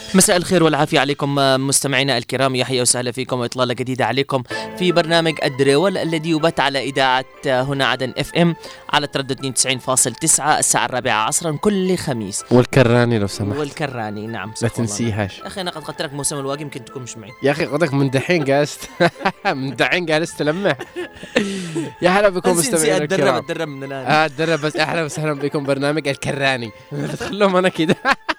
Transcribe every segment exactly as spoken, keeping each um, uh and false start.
مساء الخير والعافية عليكم مستمعينا الكرام، يحيى وسهلا فيكم وإطلالة جديدة عليكم في برنامج الدريول الذي يبث على إذاعة هنا عدن اف ام على تردد اثنين وتسعين فاصلة تسعة الساعة الرابعة عصرا كل خميس. والكراني لو سمحت. والكراني نعم لا تنسيهاش. يا أخي أنا قد قلت لك موسم الواقي يمكن تكون مش معي. يا أخي قدك من دحين جالس من دحين جالس تلمح. يا هلا بكم مستمعينا الكرام. أتدرب أتدرب من الآن. آه أتدرب بس أهلا وسهلا بكم برنامج الكراني. تخلوهم أنا كده.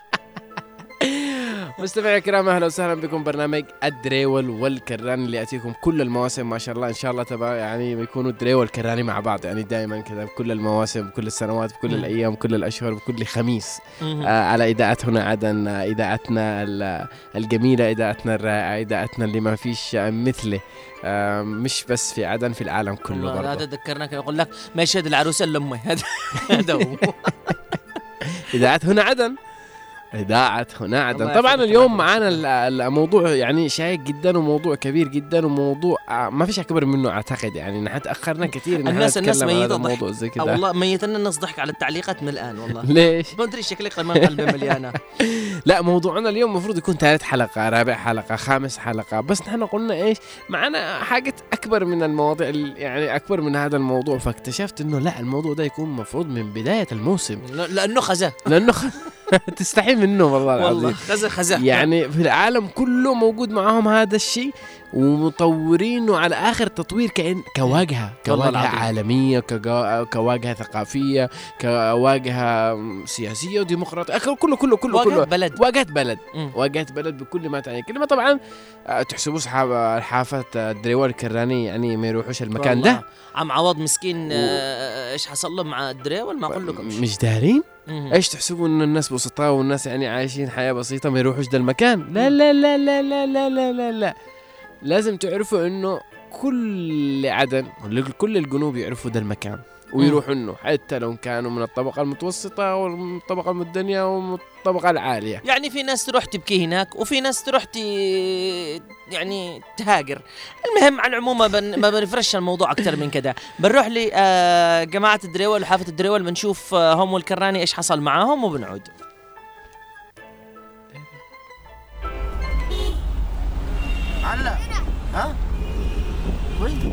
مستمعي الكرام اهلا وسهلا بكم برنامج الدريول والكراني اللي ياتيكم كل المواسم ما شاء الله ان شاء الله تبا يعني بيكونوا الدريول والكراني مع بعض يعني دائما كذا بكل المواسم بكل السنوات بكل الايام بكل الاشهر بكل خميس آه على اذاعه هنا عدن، اذاعتنا الجميله، اذاعتنا الرائعه، اذاعتنا اللي ما فيش مثله آه مش بس في عدن في العالم كله برضه. هذا ذكرناك يقول لك ما يشهد العروسه الا امي. هذا هذا هو اذاعه هنا عدن، إذاعة هنا عدن. طبعا اليوم معانا الموضوع يعني شائك جدا وموضوع كبير جدا وموضوع ما فيش أكبر منه أعتقد يعني نحن تأخرنا كثير إن الناس الناس ميتة الموضوع زي كده. والله ميتنا الناس ضحك على التعليقات من الآن والله. ليش؟ ما أدري شكلك كمان قلبي مليانة. لا موضوعنا اليوم مفروض يكون ثالث حلقة، رابع حلقة، خامس حلقة، بس نحن قلنا إيش معنا حاجة أكبر من المواضيع يعني أكبر من هذا الموضوع، فاكتشفت إنه لا الموضوع ده يكون مفروض من بداية الموسم. لأنه خزة. لأنه خ... تستحي منه والله العظيم. والله خزة خزة. يعني في العالم كله موجود معهم هذا الشيء ومطورينه على آخر تطوير كأن كواجهة كواجهة عالمية، كواجهة ثقافية، كواجهة سياسية وديمقراطية، كله كله كله واجهة كله بلد. واجهة بلد واجهة بلد بكل ما تعني كلمة. طبعا تحسبوا أصحاب الحافة الدريول الكراني يعني ما يروحوش المكان ده. عم عوض مسكين و... ايش حصل له مع الدريول ما أقول لكم مش دارين. ايش تحسبوا ان الناس بسطاء والناس يعني عايشين حياة بسيطة ما يروحوش ده المكان؟ لا لا لا لا لا لا لا لا, لا. لازم تعرفوا انه كل عدن كل الجنوب يعرفوا ده المكان ويروحوا انه حتى لو كانوا من الطبقة المتوسطة والطبقة المدنية والطبقة العالية. يعني في ناس تروح تبكي هناك وفي ناس تروح ت... يعني تهاجر. المهم على العموم بن... ما بنفرش الموضوع اكثر من كده، بنروح لي آه جماعة الدريول وحافة الدريول بنشوف آه هم والكراني ايش حصل معاهم وبنعود. هلا ها وين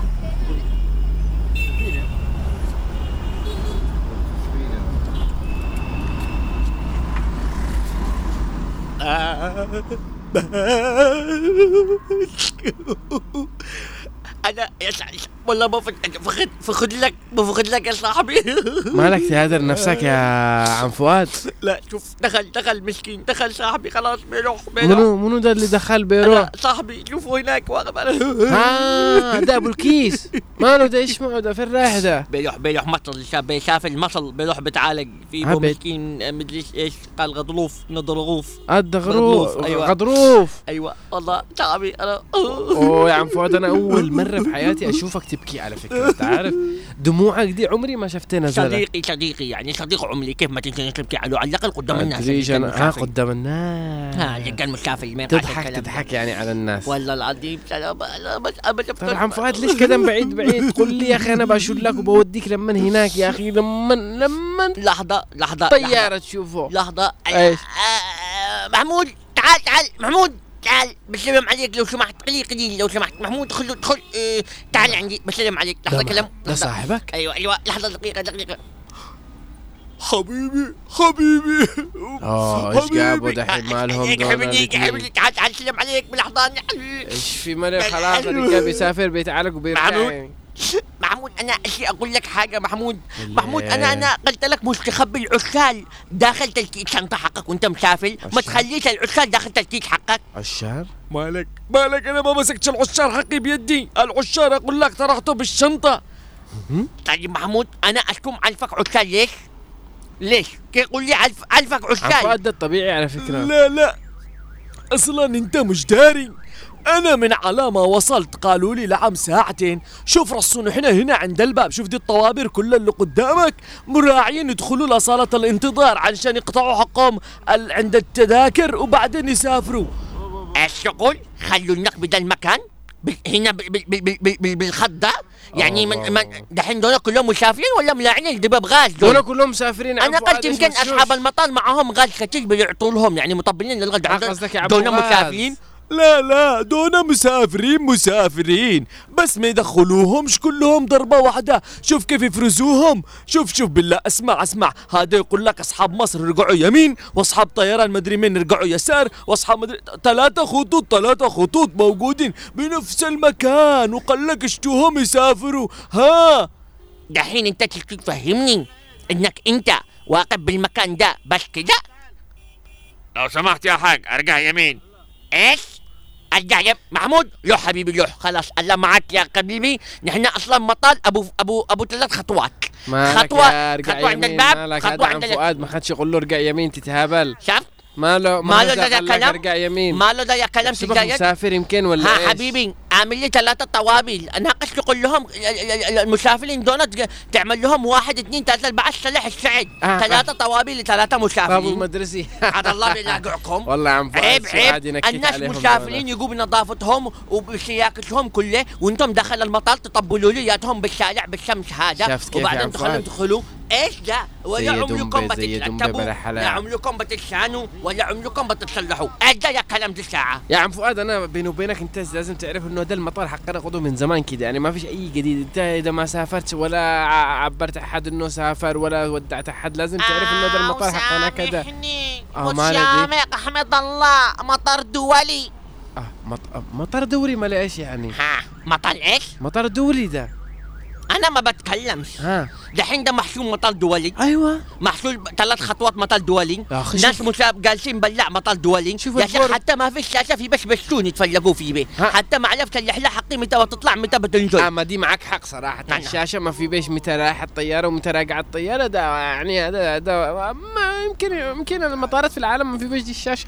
أنا يا والله بفقد فقد فقد لك بفقد لك يا صاحبي. مالك تهدر نفسك يا عم فؤاد؟ لا شوف دخل دخل مسكين دخل صاحبي خلاص بيروح بيروح. منو منو ده اللي دخل بيروح؟ صاحبي شوفوا هناك واقف. ها ده ابو الكيس ماله ده ايش معه ده فين رايح ده؟ بيروح بيروح مطل شاب شاف المطل بيروح بتعالج في مسكين مدري ايش قال غضروف نضرغوف الدغروف. أيوة. غضروف ايوه والله صاحبي انا اوه يا عم فؤاد انا اول مره في حياتي اشوفك تبكي على فكره. انت عارف دموعك دي عمري ما شفتها نزلت. صديقي صديقي يعني صديق عمري كيف ما تنسى تبكي على الاقل قدام الناس. ها قدام الناس ها اللي كان مسافر ما تضحك تضحك يعني على الناس. والله العظيم سلام بس ابدا. طيب عم فؤاد ليش كده بعيد بعيد؟ قل لي يا اخي انا بشول لك وبوديك لما هناك يا اخي لما لما لحظه لحظه طياره تشوفه لحظه. ايش محمود تعال تعال محمود تعال بسلم عليك لو سمحت قليل قليل لو سمحت محمود خلو ادخل اه تعال عندي بسلم عليك لحظة كلام. ده صاحبك؟ ايوه ايوه لحظة دقيقة دقيقة. حبيبي حبيبي اه ايش جابوا دحين مالهم دول؟ حبيبي حبيبي تعال تعال سلم عليك باللحظة. ايش في مالك خلاص الرجال بيسافر بيتعالج وبيرجع. محمود انا اشي اقول لك حاجه محمود محمود انا انا قلت لك مستخبي العسال داخل تلكيك شنطه حقك وانت مسافر، ما تخليش العسال داخل تلكيك حقك. عشار مالك مالك انا ما مسكتش العشار حقي بيدي، العشار اقول لك طرحته بالشنطه. طيب محمود انا اشكم الفك عسال ليش؟ ليش؟ كيف قول لي الف الفك عسال؟ عفوا ده الطبيعي على فكره. لا لا اصلا انت مش داري، أنا من على ما وصلت قالوا لي لعم ساعتين شوف رصون احنا هنا عند الباب، شوف دي الطوابير كلها اللي قدامك مراعيين يدخلوا لصالة الانتظار علشان يقطعوا حقهم عند التذاكر وبعدين يسافروا. الشغل خلوا النقب ده المكان هنا بالخط ده يعني من من دحين دول كلهم مسافرين ولا ملاعين دباب غاز دول؟ دول كلهم مسافرين. انا قلت يمكن اصحاب المطار معهم غاز كتير بيعطوا لهم يعني مطبلين للغاز. دول مسافرين؟ لا لا دونا مسافرين مسافرين بس ما يدخلوهمش كلهم ضربة واحدة. شوف كيف يفرزوهم. شوف شوف بالله اسمع اسمع. هذا يقول لك اصحاب مصر رجعوا يمين واصحاب طيران مدري مين رجعوا يسار واصحاب مدري ثلاثة خطوط ثلاثة خطوط موجودين بنفس المكان وقال لك اشتوهم يسافروا. ها دحين انت تفهمني انك انت واقف بالمكان ده بس كده؟ لو سمحت يا حاج ارجع يمين. ايش؟ ارجع يا محمود؟ لو حبيبي لو خلاص الله معك يا حبيبي. نحن اصلا مطار ابو ابو ابو ثلاث خطوات. خطوه خطوه عند الباب خطوه عند فؤاد ما خدش يقول له ارجع يمين تتهبل. شفت؟ ما له ما له ده كلام. ارجع يمين ما له ده يا كلام. سبق مسافر يمكن ولا ها ايش؟ حبيبي اعمل لي ثلاثة طوابل. انا قلت تقول لهم المسافرين دول تعمل لهم واحد اثنين ثلاثة أربعة صلح السعد. آه ثلاثة آه. طوابل لثلاثة مسافرين. طابور مدرسي. عاد الله بيلاقعكم. والله يا عم فؤاد عيب عيب الناس مسافرين يجوا بنظافتهم وبسياقتهم كله وانتم داخل المطار تطبلوا لي ياتهم بالشارع بالشمس هذا وبعدين تخلوا تدخلوا. ايش ده؟ ولا عمركم بتترتبوا ولا عمركم بتلسانوا ولا عمركم بتتصلحوا. ايش ده يا كلام دي الساعة؟ يا عم فؤاد انا بيني وبينك انت لازم تعرف انه ده المطار حقنا قدوه من زمان كده يعني ما فيش اي جديد. انت اذا ما سافرت ولا عبرت احد انه سافر ولا ودعت احد لازم تعرف انه ده المطار حقنا كده. اه سامح احمد الله مطار دولي. اه مط... مطار دولي ما ايش يعني؟ ها مطار ايش؟ مطار دولي ده. انا ما بتكلمش. ها دحين ده محسوب مطار دولي. ايوه محسوب ثلاث خطوات مطار دولي. ناس مساب جالسين بلع مطار دولي يا شيخ. حتى ما فيش شاشه في بس بسون يتفلقوا فيه به. حتى ما عرفت الرحله حقي متى بتطلع متى بتنزل. اه ما دي معك حق صراحه. نعم. الشاشه ما في بيش متى رايحه الطياره ومتى راجعه الطياره. ده يعني هذا ده ما يمكن يمكن المطارات في العالم ما في بيش دي الشاشه.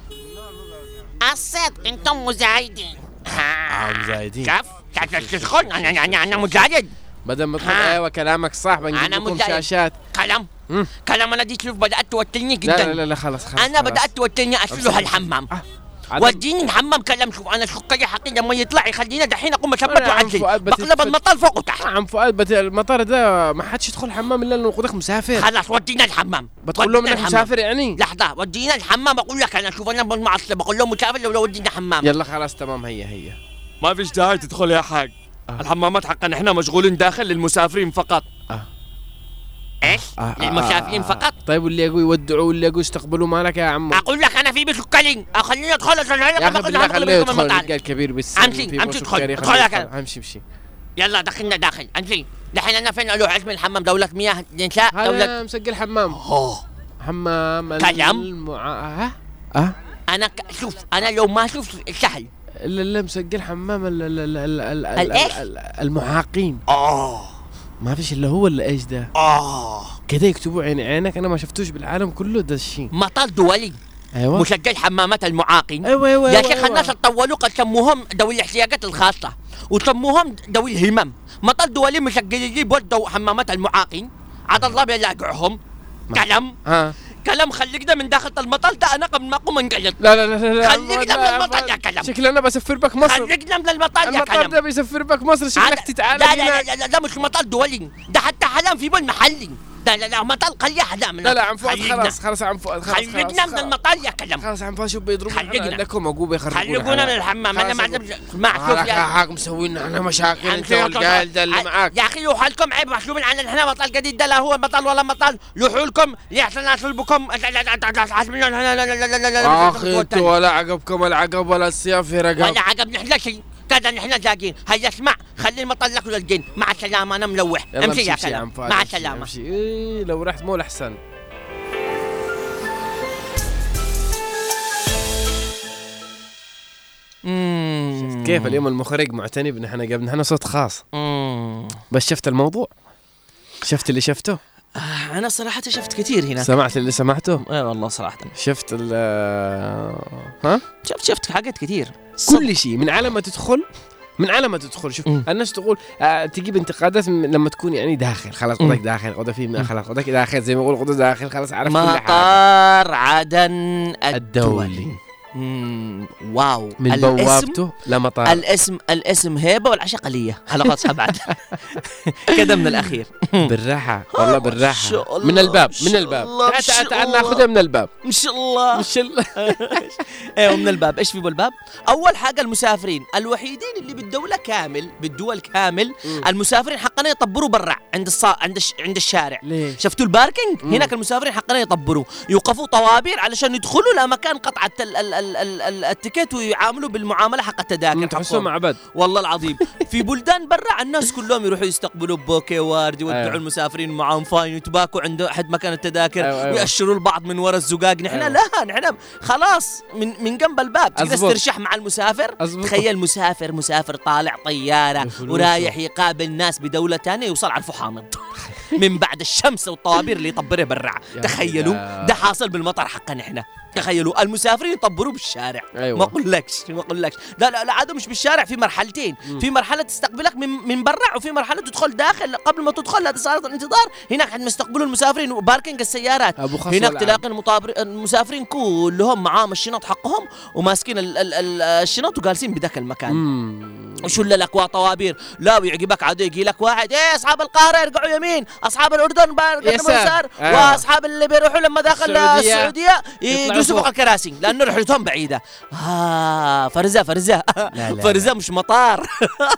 الصدق انتم مزايدين. اه مزايدين. شوف تدخل انا انا انا مزايد. بدل ما تقول ايوه كلامك صح بنجيب لكم شاشات. كلام مم. كلام انا دي شوف بدات توترني جدا. لا لا لا خلاص خلاص انا بدات توترني اسلوها الحمام. آه. وديني الحمام كلام. شوف انا سكري حقي لما يطلع يخلينا دحين اقوم اثبت واعدل بقلب المطار فوق وتحت. عم فؤاد المطار ده ما حدش يدخل الحمام الا لو قدك مسافر. خلاص ودينا الحمام. بتقول لهم انك مسافر يعني؟ لحظه ودينا الحمام. اقول لك انا شوف انا معصب بقول لهم مسافر لو ودينا حمام. يلا خلاص تمام هي هي ما فيش داعي تدخل يا حاج. آه. الحمامات حقنا احنا مشغولين داخل للمسافرين فقط. اه ايش؟ آه للمسافرين آه فقط؟ طيب واللي يجوا يودعوا واللي يجوا يستقبلوا مالك يا عم؟ اقول لك انا في بسكرين اخليني ادخل اصلح لك. يا اخي بالله خليه يدخل الرجال كبير بس امشي امشي ادخل ادخل امشي امشي. يلا دخلنا داخل امشي. دحين انا فين اروح اسم الحمام؟ دولة مياه نساء دولة مسجل حمام. اوه حمام كلام المع... ها اه انا ك... شوف انا لو ما شوف سهل. لا لا مسجل حمام ال ال ال ال ال المعاقين. اه ما فيش الا هو اللي ايش ده. اه كده يكتبوا عين عينك. انا ما شفتوش بالعالم كله ده الشيء. مطار دولي. ايوه مسجل حمامات المعاقين. ايوه ايوه يا شيخ الناس تطولوا قد سموهم ذوي الاحتياجات الخاصه وسموهم ذوي الهمم. مطار دولي مسجل لي بودوا حمامات المعاقين. عاد الله بيلاقعهم. كلام ها كلام. خليك من داخل المطار ده انا قبل ما اقوم انقلب. لا لا لا لا خليك من المطار يا كلام. شكلي انا بسفر بك مصر. خليك من المطار يا كلام. المطار ده بيسفر بك مصر. شكلك تتعالى. لا لا لا لا ده مش مطار دولي. ده حتى حلم في بول محلي. لا لا لا مطار قليا حلام. لا لا عم فؤاد خلاص خلاص عم فؤاد خلاص خلينا من المطار يا كلام. خلاص عم فؤاد شوف بيضربوا عندكم عقوبه يخربون. خلينا من الحمام. انا ما ما شوف يا حاج مسوين احنا مشاكل انت والقايل ده اللي معاك. يا اخي لوحوا لكم عيب محسوبين عن احنا مطار جديد ده لا هو مطار ولا مطار. لوحوا لكم يحسن اصلبكم حاسبين. اخي انتوا ولا عقبكم العقب ولا السياف في رقب ولا عقب. نحن شيء كذا نحن زاقين. هيا اسمع خلي المطار لك للجن. مع السلامه انا ملوح. امشي يا كلام مع السلامه. امشي إيه لو رحت مو الاحسن. شفت كيف اليوم المخرج معتني بان احنا جبنا احنا صوت خاص. مم. بس شفت الموضوع؟ شفت اللي شفته؟ آه انا صراحه شفت كثير هنا. سمعت اللي سمعته؟ اي والله صراحه شفت ال ها شفت شفت حاجات كثير. كل شيء من على ما تدخل من على ما تدخل. شوف م. الناس تقول آه تجيب انتقادات لما تكون يعني داخل خلاص قضيك داخل قضى في خلاص قضيك داخل زي ما يقول قضى داخل خلاص عرفت كل حاجه. مطار عدن الدولي. مم. واو من الاسم بوابته لمطار. الاسم الاسم هيبه والعشقليه حلقات بعد كده من الاخير. بالراحه والله بالراحه. شاء الله، من الباب شاء من الباب. الله، تعال تعال شاء تعال الله. ناخذها من الباب. ان شاء الله. مش ال... ايوه من الباب. ايش في بالباب؟ اول حاجه المسافرين الوحيدين اللي بالدوله كامل بالدول كامل المسافرين حقنا يطبروا برا عند الصا... عند الش... عند الشارع. ليه؟ شفتوا الباركينج؟ هناك المسافرين حقنا يطبروا يوقفوا طوابير علشان يدخلوا لمكان قطعه ال... ال... ال... ال... ال... التيكت ويعاملوا بالمعامله حق التذاكر. تحسوا معبد والله العظيم. في بلدان برا الناس كلهم يروحوا يستقبلوا بوكي وارد يودعوا أيوة. المسافرين معاهم فاين وتباكوا عند حد مكان التذاكر. أيوة أيوة. ويأشروا البعض من وراء الزقاق. نحن أيوة. لا نحن خلاص من من جنب الباب تجلس أزبط. ترشح مع المسافر. أزبط. تخيل مسافر مسافر طالع طياره بفلوسه. ورايح يقابل ناس بدوله ثانيه يوصل عرفه حامض من بعد الشمس والطوابير اللي يطبرها برا. يا تخيلوا يا. ده حاصل بالمطار حقنا نحن. تخيلوا المسافرين يطبروا بالشارع. أيوة. ما اقولكش ما اقولكش لا لا لا عادوا مش بالشارع. في مرحلتين مم. في مرحله تستقبلك من من برا وفي مرحله تدخل داخل. قبل ما تدخل هذه صاله الانتظار هناك حد مستقبلوا المسافرين وباركينج السيارات. أبو خص هناك والعب. تلاقي المطابر المسافرين كلهم معاهم الشنط حقهم وماسكين ال ال ال الشنط وجالسين بذاك المكان. مم. وشل لك وطوابير لا ويعجبك عادي يجي لك واحد ايه اصحاب القاهره يرجعوا يمين اصحاب الاردن قدموا يسار. يسار آه. واصحاب اللي بيروحوا لما داخل السعودية. السعوديه يطلعوا يجلسوا فوق. فوق الكراسي لانه رحلتهم بعيده. ها فرزه فرزه لا. فرزه مش مطار.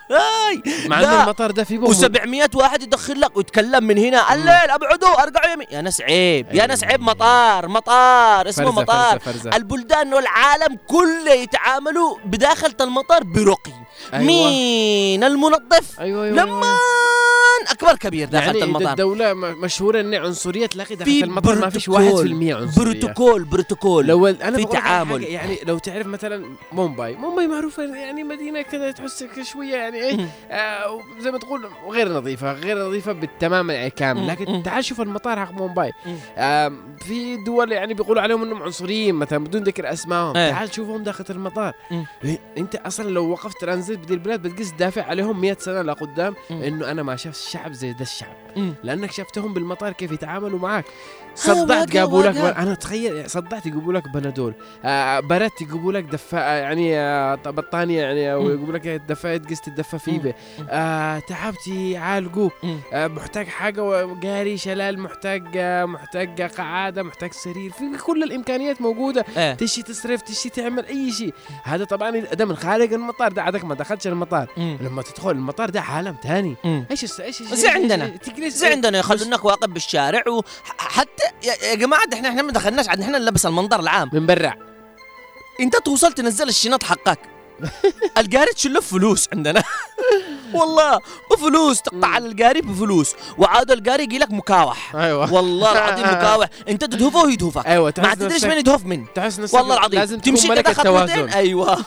مع لا. انه المطار ده فيه بوم. و700 واحد يدخل لك ويتكلم من هنا الليل ابعدوا ارجعوا يمين. يا ناس عيب يا ناس عيب. مطار مطار اسمه فرزة مطار. فرزة فرزة. البلدان والعالم كله يتعاملوا بداخل المطار برقي. أيوة. مين المنظف؟ ايوه ايوه لما اكبر كبير داخل يعني المطار. الدولة م- مشهورة ان عنصرية تلاقي داخل في المطار ما فيش بروتوكول. واحد في المية عنصرية. بروتوكول بروتوكول لو انا في بقول لك على تعامل. حاجة، يعني لو تعرف مثلا مومباي مومباي معروفة يعني مدينة كذا تحسك شوية يعني ايه آه زي ما تقول غير نظيفة غير نظيفة بالتمام يعني كامل. لكن تعال شوف المطار حق مومباي. آه في دول يعني بيقولوا عليهم انهم عنصريين مثلا بدون ذكر اسمائهم. ايه. تعال شوفهم داخل المطار. مم. إيه، انت اصلا لو وقفت ترانزيت بدي البلاد بتقيس دافع عليهم مئة سنة لقدام مم. انه انا ما شفت الشعب زي ده الشعب. مم. لانك شفتهم بالمطار كيف يتعاملوا معك. ها صدعت واقع جابوا لك واقع. انا تخيل صدعت يجيبوا لك بنادول. آه بردت يجيبوا لك دفاء يعني آه بطانيه يعني او مم. يجيبوا لك دفايه تقيس تدفى فيه مم. به. آه تعبتي يعالجوك. مم. آه محتاج حاجه قاري شلال محتاج آه محتاج قعاده محتاج سرير في كل الامكانيات موجوده. ايه. تشي تصرف تشي تعمل اي شيء. هذا طبعا ده من خارج المطار ده عادك ما دخلتش المطار. مم. لما تدخل المطار ده عالم ثاني. مم. ايش الس- ايش إيش- زي إيش- عندنا. إيش- تجلس زي عندنا يخلونك واقف بالشارع وحتى يا, يا جماعه احنا احنا ما دخلناش عاد احنا نلبس المنظر العام. من برا. انت توصل تنزل الشنط حقك القاري تشله فلوس عندنا. والله بفلوس تقطع على القاري بفلوس وعاد القاري يجي لك مكاوح. ايوه والله العظيم مكاوح. انت تدهفه ويدهفك. ايوه ما تحس تدريش نفسك- من يدهف من. تحس نفسك والله العظيم لازم تكون تمشي ملك كده خطوتين. التوازن. ايوه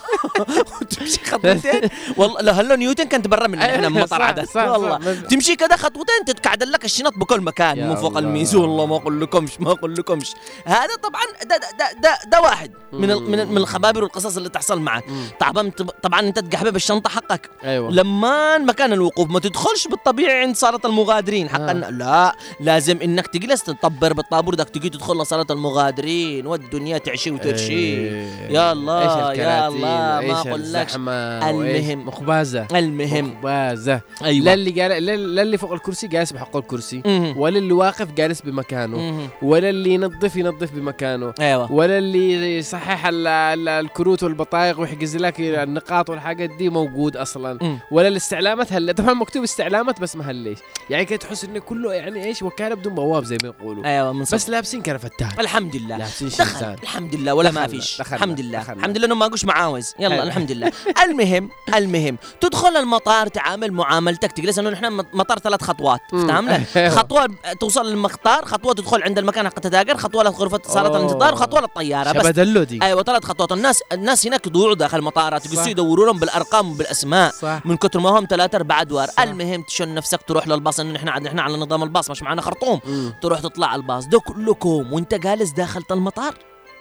تمشي خطوتين. والله لو هلو نيوتن كنت برا من احنا من مطار صح، عدن. صح، صح. والله مز- تمشي كده خطوتين تتكعدل لك الشنط بكل مكان يا من فوق الله. الميز. والله ما اقول لكمش ما اقول لكمش. هذا طبعا ده ده ده, ده, ده واحد من ال- من ال- من الخبابر والقصص اللي تحصل معك. مم. طبعا طبعا انت تقحبه بالشنطه حقك. ايوه لما مكان الوقوف ما تدخلش بالطبيعي عند صالة المغادرين حقا. آه. لا لازم انك تجلس تطبر بالطابور داك تجي تدخل لصالة المغادرين والدنيا تعشي وترشي. إيه. يا الله، ايش يا الكراتين الله، ما وإيش أقولكش. الزحمة وإيش المهم. مخبازة المهم مخبازة. لا ايوه اللي قال لا لا اللي فوق الكرسي جالس بحق الكرسي مهم. ولا اللي واقف جالس بمكانه مهم. ولا اللي ينظف ينظف بمكانه ايوه ولا اللي يصحح ال- ال- الكروت والبطايق ويحجز لك النقاط والحاجات دي موجود اصلا. مم. ولا الاستعلامات هلا طبعا مكتوب استعلامات بس ما هليش يعني كده تحس انه كله يعني ايش وكاله بدون بواب زي ما يقولوا. ايوه من بس صدق. لابسين كرفتات الحمد لله لابسين دخل شمسان. الحمد لله ولا ما دخلنا، فيش. دخلنا، الحمد لله دخلنا. الحمد لله انه ما قوش معاوز. يلا حلو. الحمد لله. المهم المهم تدخل المطار تعامل معاملتك تجلس انه نحن مطار ثلاث خطوات مم. فهمنا. أيوة. خطوه توصل للمختار خطوه تدخل عند المكان حق التذاكر خطوه لغرفه صاله أوه. الانتظار خطوه للطياره بس. شبدلو دي. ايوه ثلاث خطوات. الناس الناس هناك يضيعوا داخل المطارات صح. يقصوا يدوروا لهم بالارقام وبالاسماء صح. من كثر ما هم ثلاث اربع ادوار. صح. المهم تشن نفسك تروح للباص انه نحن نحن على نظام الباص مش معنا خرطوم. مم. تروح تطلع على الباص ده كلكم وانت جالس داخل المطار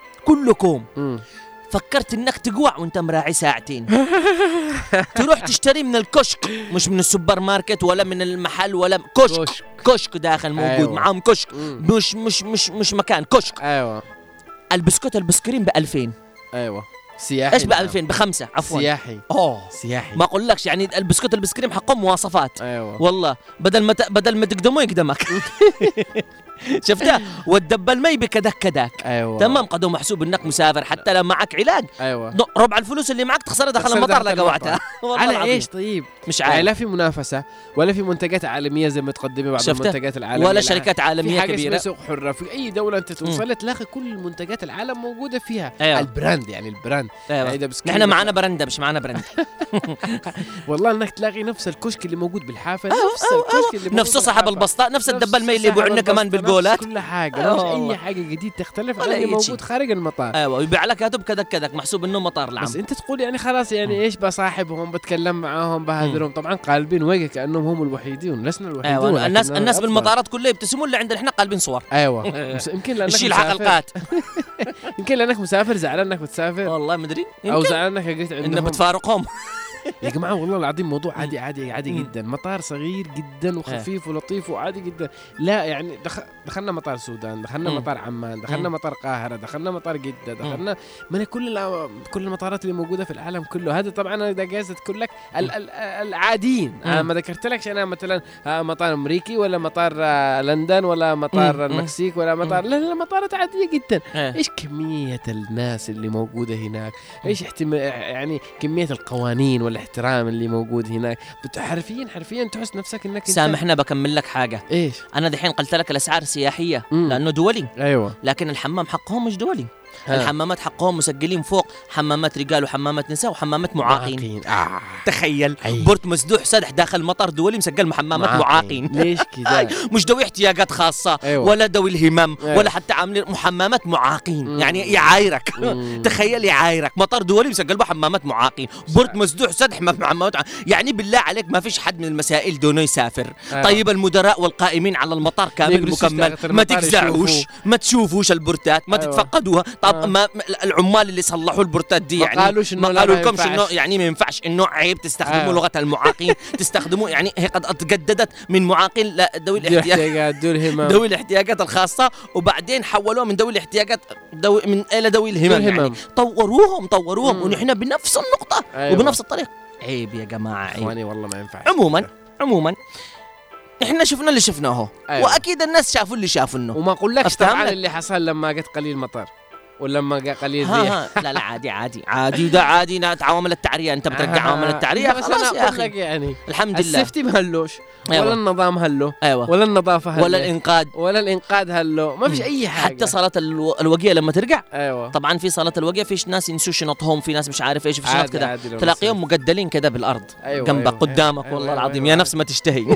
كلكم مم. فكرت انك تقوع وانت مراعي ساعتين. تروح تشتري من الكشك مش من السوبر ماركت ولا من المحل ولا كشك كشك. كشك داخل موجود. أيوة. معاهم كشك مم. مش مش مش مش مكان كشك. ايوه البسكوت البسكريم ب ألفين ايوه سياحي. ايش ب ألفين بخمسة عفوا سياحي. اوه سياحي ما اقولكش يعني البسكوت البس كريم حقهم مواصفات. ايوه والله بدل ما ت... بدل ما تقدمه يقدمك. شفتها والدب المي بكدك كداك. ايوه تمام قدو محسوب انك مسافر حتى لو معك علاج. ايوه ربع الفلوس اللي معك تخسرها داخل المطار لقوعتها. على ايش طيب؟ مش يعني عارف لا في منافسه ولا في منتجات عالميه زي ما تقدمي بعض شفته؟ المنتجات العالميه، ولا شركات عالمية في حاجة كبيرة. اسمها سوق حرة، في أي دولة أنت توصل تلاقي كل منتجات العالم موجودة فيها. أيوة. البراند يعني البراند أيوة. يعني بس نحن معنا برندة مش معنا براند. والله انك تلاقي نفس الكشك اللي موجود بالحافة، أيوة نفس الكشك اللي موجود نفسه صاحب بالحافة. البسطاء، نفس الدب المي اللي صاحب يبيعوا كمان البسطة، بالجولات. نفس كل حاجة، آه مش والله. أي حاجة جديد تختلف عن ولا اللي أي موجود شيء. خارج المطار. ايوه يبيع لك هاتو بكذا كذا محسوب انه مطار العام. بس انت تقول يعني خلاص يعني ايش بصاحبهم بتكلم معاهم بهذرهم، طبعا قالبين وجه كانهم هم الوحيدين، لسنا الوحيدين. ايوه الناس الناس أفضل. بالمطارات كلها يبتسمون اللي عندنا احنا قالبين صور. ايوه بس يمكن لانك الشيء مسافر. الحلقات. يمكن لانك مسافر زعلان انك بتسافر، والله مدري او زعلان انك لقيت انه عندهم. بتفارقهم. يا جماعه والله العظيم موضوع عادي عادي عادي جدا، مطار صغير جدا وخفيف ولطيف وعادي جدا. لا يعني دخ... دخلنا مطار السودان، دخلنا مم. مطار عمان، دخلنا مم. مطار القاهره، دخلنا مطار جده، دخلنا من كل الع... كل المطارات اللي موجوده في العالم كله. هذا طبعا انا دا جايز اذكر لك ال... ال... العاديين. انا ما ذكرت لكش انا مثلا مطار امريكي ولا مطار لندن ولا مطار مم. المكسيك ولا مطار، لا لا مطارات عاديه جدا. إيه. ايش كميه الناس اللي موجوده هناك، ايش احتمال يعني كميه القوانين والاحترام اللي موجود هناك، حرفيا حرفيا تحس نفسك انك انت سامحنا بكمل لك حاجه. ايش انا دحين قلت لك الاسعار سياحيه مم. لانه دولي، ايوه لكن الحمام حقهم مش دولي. ها. الحمامات حقهم مسجلين فوق حمامات رجال وحمامات نساء وحمامات معاقين. آه. تخيل أي. بورت مسدوح سدح داخل مطار دولي مسجل حمامات معاقين. ليش كذا؟ مش ذوي احتياجات خاصة أيوة. ولا ذوي الهمم أيوة. ولا حتى عاملين محمامات معاقين. مم. يعني يعايرك. مم. تخيل يعايرك مطار دولي مسجل به حمامات معاقين، بورت مسدوح سدح محمامات ع- يعني بالله عليك ما فيش حد من المسائل دونه يسافر. أيوة. طيب المدراء والقائمين على المطار كامل يجلسوا مكمل، يشتغل ما المطار تفزعوش يشوفوا. ما تشوفوش البورتات ما أيوة. تتفقدوها. طب آه. ما العمال اللي صلحوا البورتات دي ما يعني قالوش إنه ما لا، قالوا ما لكمش ينفعش. انه يعني ما ينفعش انه عيب تستخدموا أيوة. لغة المعاقين تستخدموا يعني هي قد تجددت من معاقين لذوي ذوي الاحتياجات الاحتياجات ذوي الهمم. ذوي الاحتياجات الخاصة، وبعدين حولوها من ذوي الاحتياجات ذوي من إلى ذوي الهمم. ذوي الهمم. يعني طوروهم طوروهم مم. ونحن بنفس النقطة أيوة. وبنفس الطريق. عيب يا جماعة عيب. اخواني والله ما ينفع. عموما عموما احنا شفنا اللي شفناه أيوة. واكيد الناس شافوا اللي شافوا. وما اقولكش أفتهم طبعا لك. اللي حصل لما قت قليل مطر ولما قا قليل ها ريح. ها لا لا عادي عادي عادي وده عادي نا- عوامل التعرية انت بترجع عوامل التعرية بس خلاص أنا يا أقول لك اخي يعني الحمد لله. السيفتي مهلوش أيوة. ولا النظام هلو ايوه ولا النظافة هلو ولا الانقاذ ولا الانقاذ هلو، ما فيش اي حاجة. حتى صلاة الو- الوقية لما ترجع ايوه طبعا في صلاة الوقية فيش ناس ينسوا شنطهم، في ناس مش عارف ايش في شنط عادي كذا عادي لو تلاقيهم مقدلين كذا بالارض أيوة جنبك أيوة قدامك أيوة والله أيوة العظيم أيوة يا نفس ما تشتهي.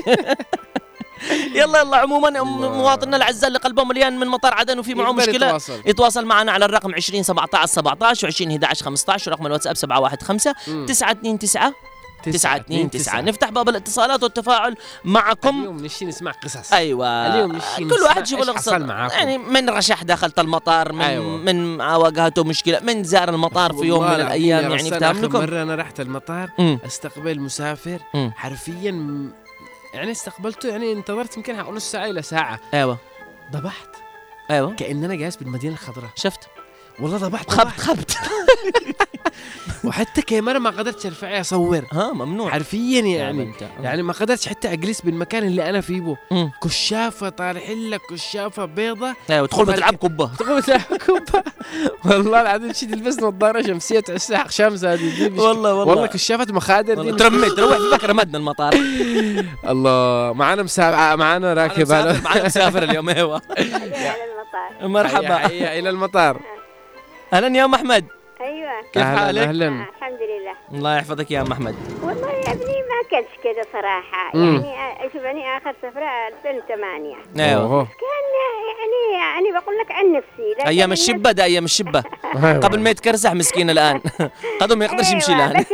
يلا يلا عموما مواطننا الاعزاء اللي قلبهم مليان من مطار عدن وفي معه يقدر مشكله يتواصل. يتواصل معنا على الرقم عشرين سبعطعش سبعطعش وعشرين إحدى عشر خمسطعش ورقم الواتساب سبعة واحد خمسة مم. تسعة اثنين تسعة تسعة اثنين تسعة. تسعة. نفتح باب الاتصالات والتفاعل معكم. اليوم نشي نسمع قصص. ايوه اليوم نشي كل نسمع واحد يشوف إيش القصة حصل معاكم. يعني من رشح دخلت المطار من أيوة. من واجهته مشكله من زار المطار في يوم من والله العظيم الايام يا يعني رسول افتهم آخر لكم. مرة أنا رحت المطار مم. استقبل مسافر مم. حرفيا م- يعني استقبلته يعني انتظرت يمكن حق نص ساعة إلى ساعة. ايوه ضبحت ايوه كأننا جالس بالمدينة الخضراء. شفت والله ضبحت خبت ضبحت. خبت. وحتى كاميرا ما قدرتش ارفعها اصور ها ممنوع حرفيا يا يعني بنت. يعني ما قدرتش حتى اجلس بالمكان اللي انا فيه بو. مم. كشافة طارحين لك كشافة بيضة ايوه تدخل وفرق- بتلعب كبه تقوم تلعب كوبا. والله العظيم شي تلبس نظارة شمسية تحسها حق شمس هذه دي مش- والله والله والله كشافة مخادر والله دي. ترميت تروح في بكره مدنا المطار. الله معانا مسافر معانا راكب مسافر هذا. معنا مسافر اليوم ايوه على المطار. مرحبا حيا الى المطار. اهلا يا ام احمد ايوه كيف أهلاً حالك؟ اهلا. آه الحمد لله. الله يحفظك يا ام احمد. والله يا ابني ما كنتش كده صراحه مم. يعني آه، شوفني اخر سفره ألفين وثمانية ايوه أوه. كان يعني يعني بقول لك عن نفسي لكن ايام الناس- الشبه ده ايام الشبه أيوة. قبل ما يتكرسح مسكين الان قدم ما يقدرش يمشي أيوة الان. بس يعني ليه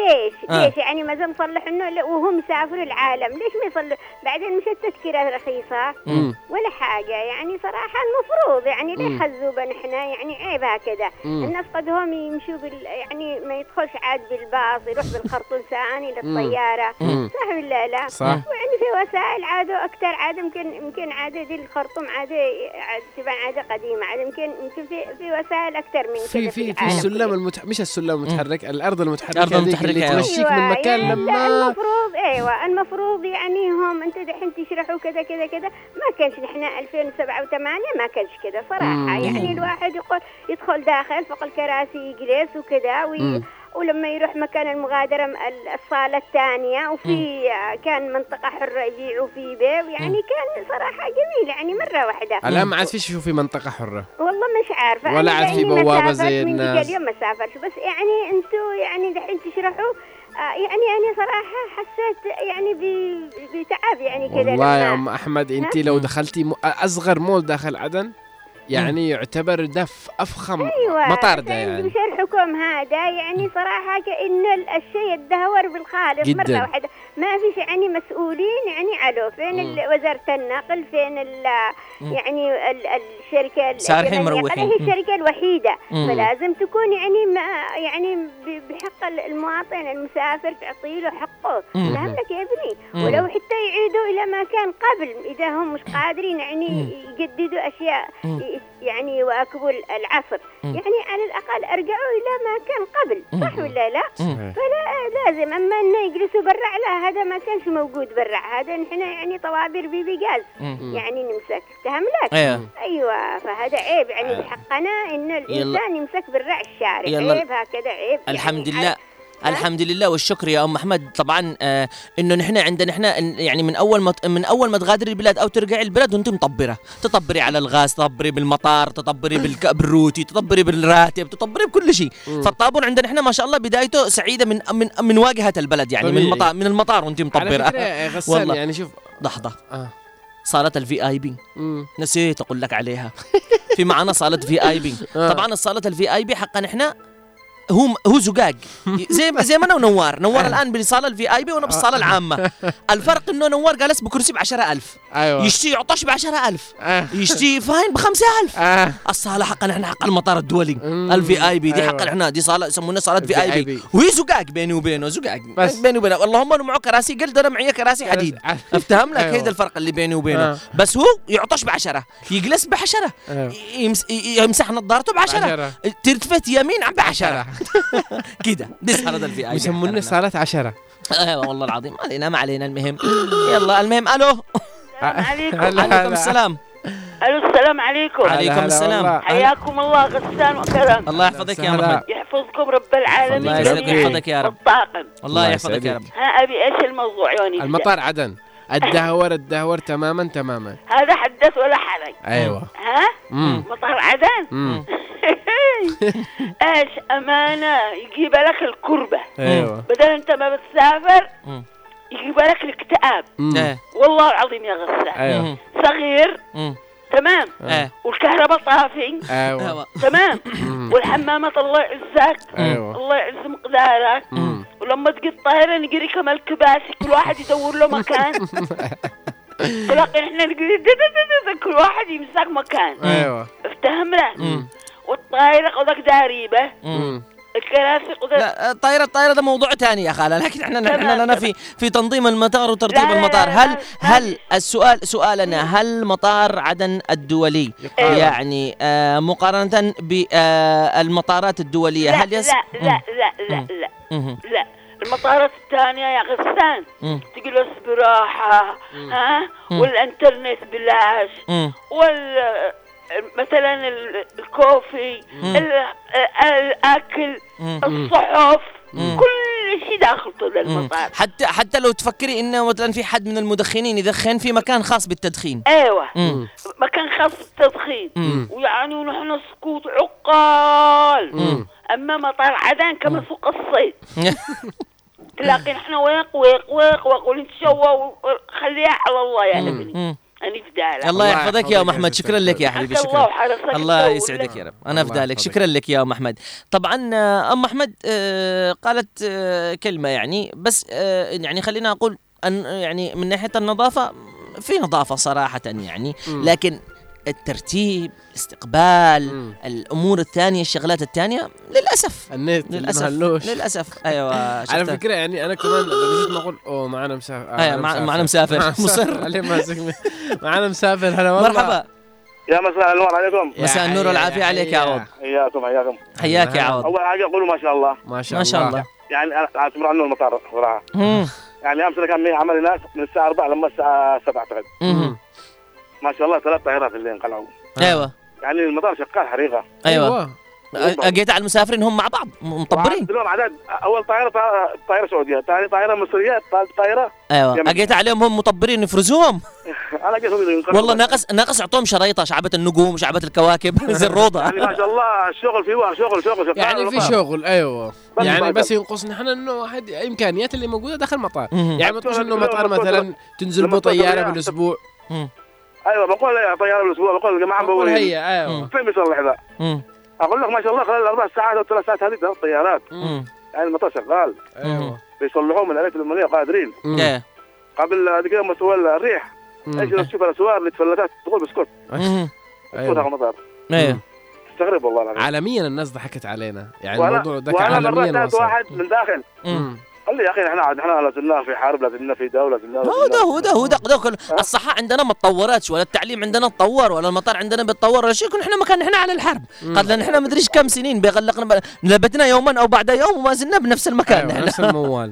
ليش آه. ليش يعني ما زال مصلح انه وهم سافروا العالم، ليش ما يصلحوا؟ بعدين مش التذكرة رخيصة مم. ولا حاجة، يعني صراحة المفروض يعني ليه خزوبة نحن، يعني عيب هكذا. مم. الناس قد هم يمشوا بال يعني ما يدخلش عاد بالباص، يروح بالخرطوم ثاني للطيارة، مم. صح ولا لا؟ صح. ويعني في وسائل عادوا أكثر، عاد يمكن يمكن عادة دي الخرطوم عادة عاد تبان عادة قديمة، عاد يمكن يمكن في في وسائل أكثر من في كده في في العالم السلم كله. المتح... مش السلم المتحرك، الارض المتحركه الأرض هذيك اللي المتحركة، أيوة. تمشيك من أيوة، مكان يعني لما المفروض ايوه المفروض يعني هم انت دحين تشرحوا كذا كذا كذا، ما كانش نحن ألفين وسبعة وثمانية ما كانش كذا صراحه. مم. يعني الواحد يقول يدخل داخل فوق الكراسي يجلس وكذا وي مم. ولما يروح مكان المغادرة م- ال- الصالة الثانية وفي كان منطقة حرة يبيعوا في بيع، يعني كان صراحة جميل يعني مرة واحدة. الان ما عاد فيش في منطقه حره. والله مش عارفة ولا أنا عاد في لأني ما بوابة سافرت زي من الناس. ذيك اليوم ما سافرت، بس يعني انتوا يعني دحين تشرحوا آه يعني أنا صراحة حسيت يعني ب- بتعب يعني كذا. والله يا لما- ام احمد انت لو دخلتي م... اصغر مول داخل عدن يعني يعتبر دف افخم أيوة مطار بس ده عندي يعني. شرحكم هذا يعني صراحة كأنه ال- الشيء الدهور بالخالص جداً. مرة واحدة، ما فيش يعني مسؤولين يعني علو فين ال- وزارة النقل، فين ال يعني ال- الشركة سارحين الجمالية، مروحين. هي الشركة الوحيدة، مم. فلازم تكون يعني ما يعني ب- بحق ال- المواطن المسافر تعطي له حقه. مم. فهم لك يا ابني، مم. ولو حتى يعيدوا إلى ما كان قبل إذا هم مش قادرين يعني يجددوا أشياء مم. ي- يعني يواكبوا العصر، مم. يعني على الأقل أرجعوا إلى ما كان قبل، صح ولا لا؟ مم. فلا لازم، أما إنه يجلسوا برا لا هذا ما كانش موجود برا، هذا نحن يعني طوابير بيبي غاز مم. يعني نمسك، فهم لك؟ ايوه أيوة فهذا عيب يعني بحقنا إنه الإنسان يمسك برا الشارع، يلا. عيب هكذا عيب الحمد يعني لله الحمد لله والشكر يا ام احمد. طبعا آه انه نحن عندنا نحن يعني من اول ما من اول ما تغادري البلاد او ترجعي البلاد وانت مطبره، تطبري على الغاز، تطبري بالمطار، تطبري بالك- بالروتي، تطبري بالراتب، تطبري بكل شيء. فالطابور عندنا نحن ما شاء الله بدايته سعيده من من من واجهه البلد، يعني من طبيعي. المطار من المطار وانت على مطبره. فكره يا غسان والله. يعني شوف لحظه، اه صاله الفي اي بي مم. نسيت اقول لك عليها. في معنا صاله في اي بي. آه. طبعا الصاله الفي اي بي حقنا احنا هو هو زقاق زي زي ما انا ونوار نوار الان بالصاله الفي اي بي وانا بالصاله العامه. الفرق انه نوار جالس بكرسي ب عشرة ألف، ايوه يشتي يعطش ب عشرة ألف، آه. يشتي فاين ب خمسة ألف. آه. الصاله حقنا احنا حق المطار الدولي مم. الفي اي بي دي أيوة. حقنا احنا، دي صاله يسمونها صاله في اي بي، في آي بي. وهي زقاق بيني وبينه زقاق بس. بيني وبينه. اللهم انه معه كراسي قلد انا معي كراسي حديد. افتهم لك أيوة. هيدا الفرق اللي بيني وبينه. آه. بس هو يعطش بعشرة، يجلس بعشرة، أيوة. يمس... يمسح نظارته بعشرة، بعشرة. تلتفت يمين عم بعشرة. كده دي صارت الفي اي يسمونا صالات عشرة. ايوه والله العظيم ما علينا ما علينا. المهم يلا المهم الو عليكم. هلا عليكم هلا. السلام. الو السلام عليكم. عليكم هلا السلام. والله. حياكم الله غسان وكرم. الله يحفظك يا هلا. محمد. يحفظكم رب العالمين. الله يسعدك جميعاً. ويحفظك يا رب. والطاقم. الله الله يحفظك يا رب. يسعدك. ها ابي ايش الموضوع يوني؟ المطار عدن الدهور الدهور تماما تماما. هذا حدث ولا حرج. ايوه ها؟ مم. مطار عدن؟ مم. ايش امانه يجيب لك الكربه، ايوه بدل انت ما بتسافر مم. يجيب لك الاكتئاب. مم. ايه والله العظيم يا غسان. ايوه مم. صغير مم. تمام، ايه والكهرباء طافي ايوه ايوه تمام، والحمامات الله يعزك، ايوه الله يعز مقدارك. مم. ولما تجي الطائرة نجري كما الكباسي كل واحد يدور له مكان. تلاقي احنا نجري دد دد دد كل واحد يمسك مكان. ايوه افتهم له. مم. والطائرة قدك داريبة، مم. الكراسي قدك. لا الطائرة الطائرة ده موضوع ثاني يا خالة، لكن احنا تمام، احنا لنا تمام. في في تنظيم المطار وترتيب لا، لا، لا، المطار. لا، هل لا. هل السؤال سؤالنا هل مطار عدن الدولي أيوة. يعني آه مقارنة بالمطارات الدولية لا هل يس لا لا لا لا لا مم. لا المطارات الثانية يا غسان مم. تجلس براحة، ها، مم. والانترنت بلاش، مم. وال مثلا ال- الكوفي، ال- الاكل، مم. الصحف، مم. كل شيء داخل طول مم. المطار. حتى حتى لو تفكري انه مثلا في حد من المدخنين يدخن في مكان خاص بالتدخين. ايوه مم. مكان خاص بالتدخين. مم. ويعني ونحن سكوت عقال. مم. اما مطار عدن كما سوق الصيد تلاقي نحن ويق ويق ويق ويق ونتشوى وخليها على الله يا ابني. مم. أنا فداك. رجاله. الله يحفظك يا ام احمد، شكرا لك يا حبيبي، الله شكرا. وحرصك الله دولة. يسعدك يا رب، انا الله فدالك، يحفظك. شكرا لك يا ام احمد. طبعا آه، ام احمد آه، قالت آه، كلمه يعني، بس آه، يعني خلينا اقول ان يعني من ناحيه النظافه في نظافه صراحه يعني، لكن الترتيب، الاستقبال، مم. الامور الثانيه، الشغلات الثانيه للاسف النت للاسف المهلوش. للاسف ايوه. على شفتها. فكره يعني انا كمان نسيت ما اقول اوه معنا مسافر. آه، أيوة، مع- معنا مسافر. معنا مصر. عليه ماسك معنا مسافر. هلا والله. مرحبا، يا مساء النور عليكم. يا مساء النور حيا- والعافيه يا عليك يا حيا. عوض. حياكم حياكم. حياك يا عوض. اول حاجه اقول ما شاء الله، ما شاء ما الله. شاء الله. يعني انا اعتبر عنه المطار صراحه. مم. يعني امس كان عمل ناس من الساعه أربعة لما الساعه سبعة اعتقد. مم. ما شاء الله ثلاث طائرات اللي انقلعوا. ايوه يعني المطار شغال حقيقه. ايوه، اجيت على المسافرين هم مع بعض مطبرين. لهم عدد، اول طائره طائره سعوديه، ثاني طائره مصريه، ثالث طائره ايوه يمن. اجيت عليهم هم مطبرين يفرزوهم. انا جيتهم ينقلعوا. والله ناقص ناقص اعطوهم شرايطه، شعبة النجوم، شعبة الكواكب زي الروضه. يعني ما شاء الله الشغل فيه شغل شغل شغل يعني في شغل ايوه. بس يعني ما بس كان. ينقصنا احنا انه واحد امكانيات اللي موجوده داخل المطار. مم. يعني ما تقولش انه لما- مطار لما- مثلا تنزل لما به طياره تطلع- بالاسبوع. مم. ايوه بقول يا طياره الاسبوع، بقول الجماعه بقول مبورين هي ايوه. فين بيصلح ذا؟ مم. اقول لك ما شاء الله خلال الاربع ساعات او ثلاث ساعات هذه ثلاث طيارات، مم. يعني المطار شغال ايوه. بيصلحوه من الالات الامنيه قادرين. مم. ايه. قبل هذيك يوم سوى الريح، مم. ايش لو تشوف الاسوار اللي تفلتات تقول بسكوت مم. بسكوت على أيوة. المطار، ايه. تستغرب والله العظيم. عالميا الناس ضحكت علينا يعني وأنا- الموضوع ده وانا مرات عالميا سالت وصل. واحد من داخل مم. قال لي يا اخي احنا عاد احنا لا زلنا في حرب، لا زلنا في دوله، زلنا هو ده هو ده هو ده ده كل الصحة عندنا ما تطورتش، ولا التعليم عندنا تطور، ولا المطار عندنا بيتطور، ولا شيء. كنا احنا مكان احنا على الحرب. قد لنا احنا ما ادريش كم سنين بيغلقنا، لبتنا يوما او بعد يوم وما زلنا بنفس المكان. أيوة. نحن نفس الموال.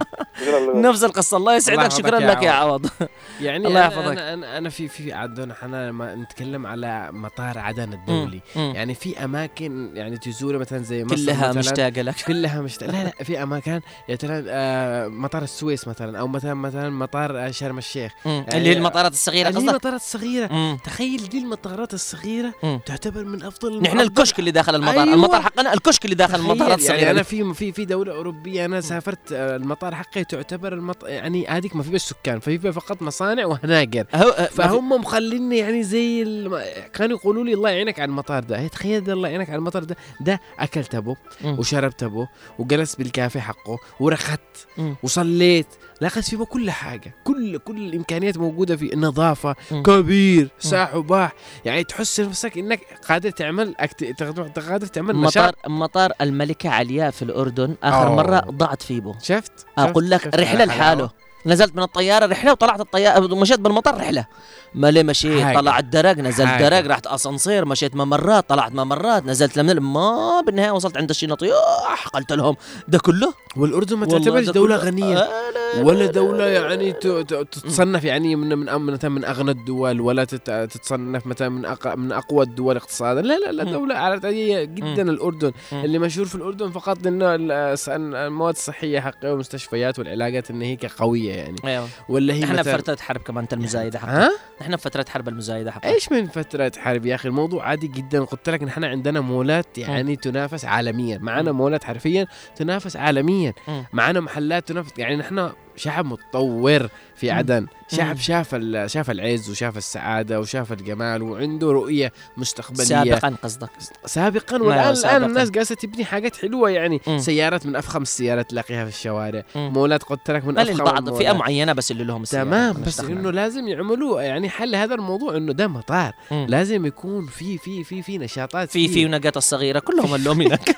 نفس القصة. الله يسعدك، الله شكرا يحفظك يا لك يا عوض. يعني الله أنا- يحفظك. انا انا انا في في عندنا احنا لما نتكلم على مطار عدن الدولي، مم. يعني في اماكن يعني تزور مثلا زي مصر كلها مثلاً، مشتاقة لك. كلها مشتاقة. لا لا في اماكن مثلا آه مطار السويس مثلا، او مثلا مثلا مطار آه شرم الشيخ. مم. يعني اللي هي المطارات الصغيرة اللي هي قصدك. المطارات الصغيرة. مم. تخيل دي المطارات الصغيرة مم. تعتبر من افضل نحن أفضل- الكشك اللي داخل المطار. أيوة. المطار حقنا الكشك اللي داخل المطارات تخيل الصغيرة. يعني انا في في في دوله اوروبيه انا سافرت آه، المطار حقي تعتبر المط... يعني هذيك ما في بس سكان، ففي فقط مصانع وهناجر. هو فهم فهم مخليني يعني زي الم... كانوا يقولوا لي الله يعينك على المطار ده. هي تخيل ده الله يعينك على المطار ده، ده اكلت ابو مم. وشربت ابو وجلست بالكافيه حقه ورخت مم. وصليت، لاخذت فيه كل حاجه، كل كل الامكانيات موجوده في النظافه. مم. كبير ساح وباح، يعني تحس نفسك انك قادر تعمل أكت... قادر تعمل مطار نشاط. مطار الملكة علياء في الأردن آخر أوه. مرة ضعت فيه بو. شفت؟ أقول لك شفت رحلة على لحاله، نزلت من الطيارة رحلة وطلعت الطيارة ومشيت بالمطار رحلة. ما ليه مشيت، حاجة. طلعت درج، نزلت حاجة. درج، رحت أسانسير، مشيت ممرات، طلعت ممرات، نزلت لمن ما بالنهاية وصلت عند الشنطة. ياح قلت لهم ده كله. والأردن ما والله تعتبرش ده دولة كله. غنية آه لا ولا لا دولة لا. يعني ت- ت- تتصنف يعني من من من, من أغنى الدول، ولا تت- تتصنف مثلا من أق من أقوى الدول اقتصادا. لا لا لا مم. دولة عادية جدا الأردن. مم. اللي مشهور في الأردن فقط إنه ال- المواد الصحية حقه والمستشفيات والعلاجات إن هي قوية يعني، أيوه. ولا هي احنا مثلا بفترة حرب كمان انت المزايدة حقا. ها؟ احنا بفترة حرب المزايدة حقا. ايش من فترة حرب يا اخي؟ الموضوع عادي جدا. قلت لك نحن عندنا مولات يعني تنافس عالميا، معنا مولات حرفيا تنافس عالميا، مم. معنا محلات تنافس. يعني نحن شعب متطور في عدن، شعب شاف ال- شاف العز وشاف السعادة وشاف الجمال وعنده رؤية مستقبلية سابقا قصدك. سابقا. أيوة، والآن سابقاً. الآن الناس قاعدة تبني حاجات حلوة يعني. مم. سيارات من أفخم السيارات تلاقيها في الشوارع، مم. مولات قلت لك من ما أفخم للبعض فئة المولات. معينة بس اللي لهم السيارة. تمام، أنا بس اشتغل انه لازم يعملوا يعني حل هذا الموضوع، انه ده مطار مم. لازم يكون في في في في نشاطات في في ونقاط الصغيرة كلهم اللومينك.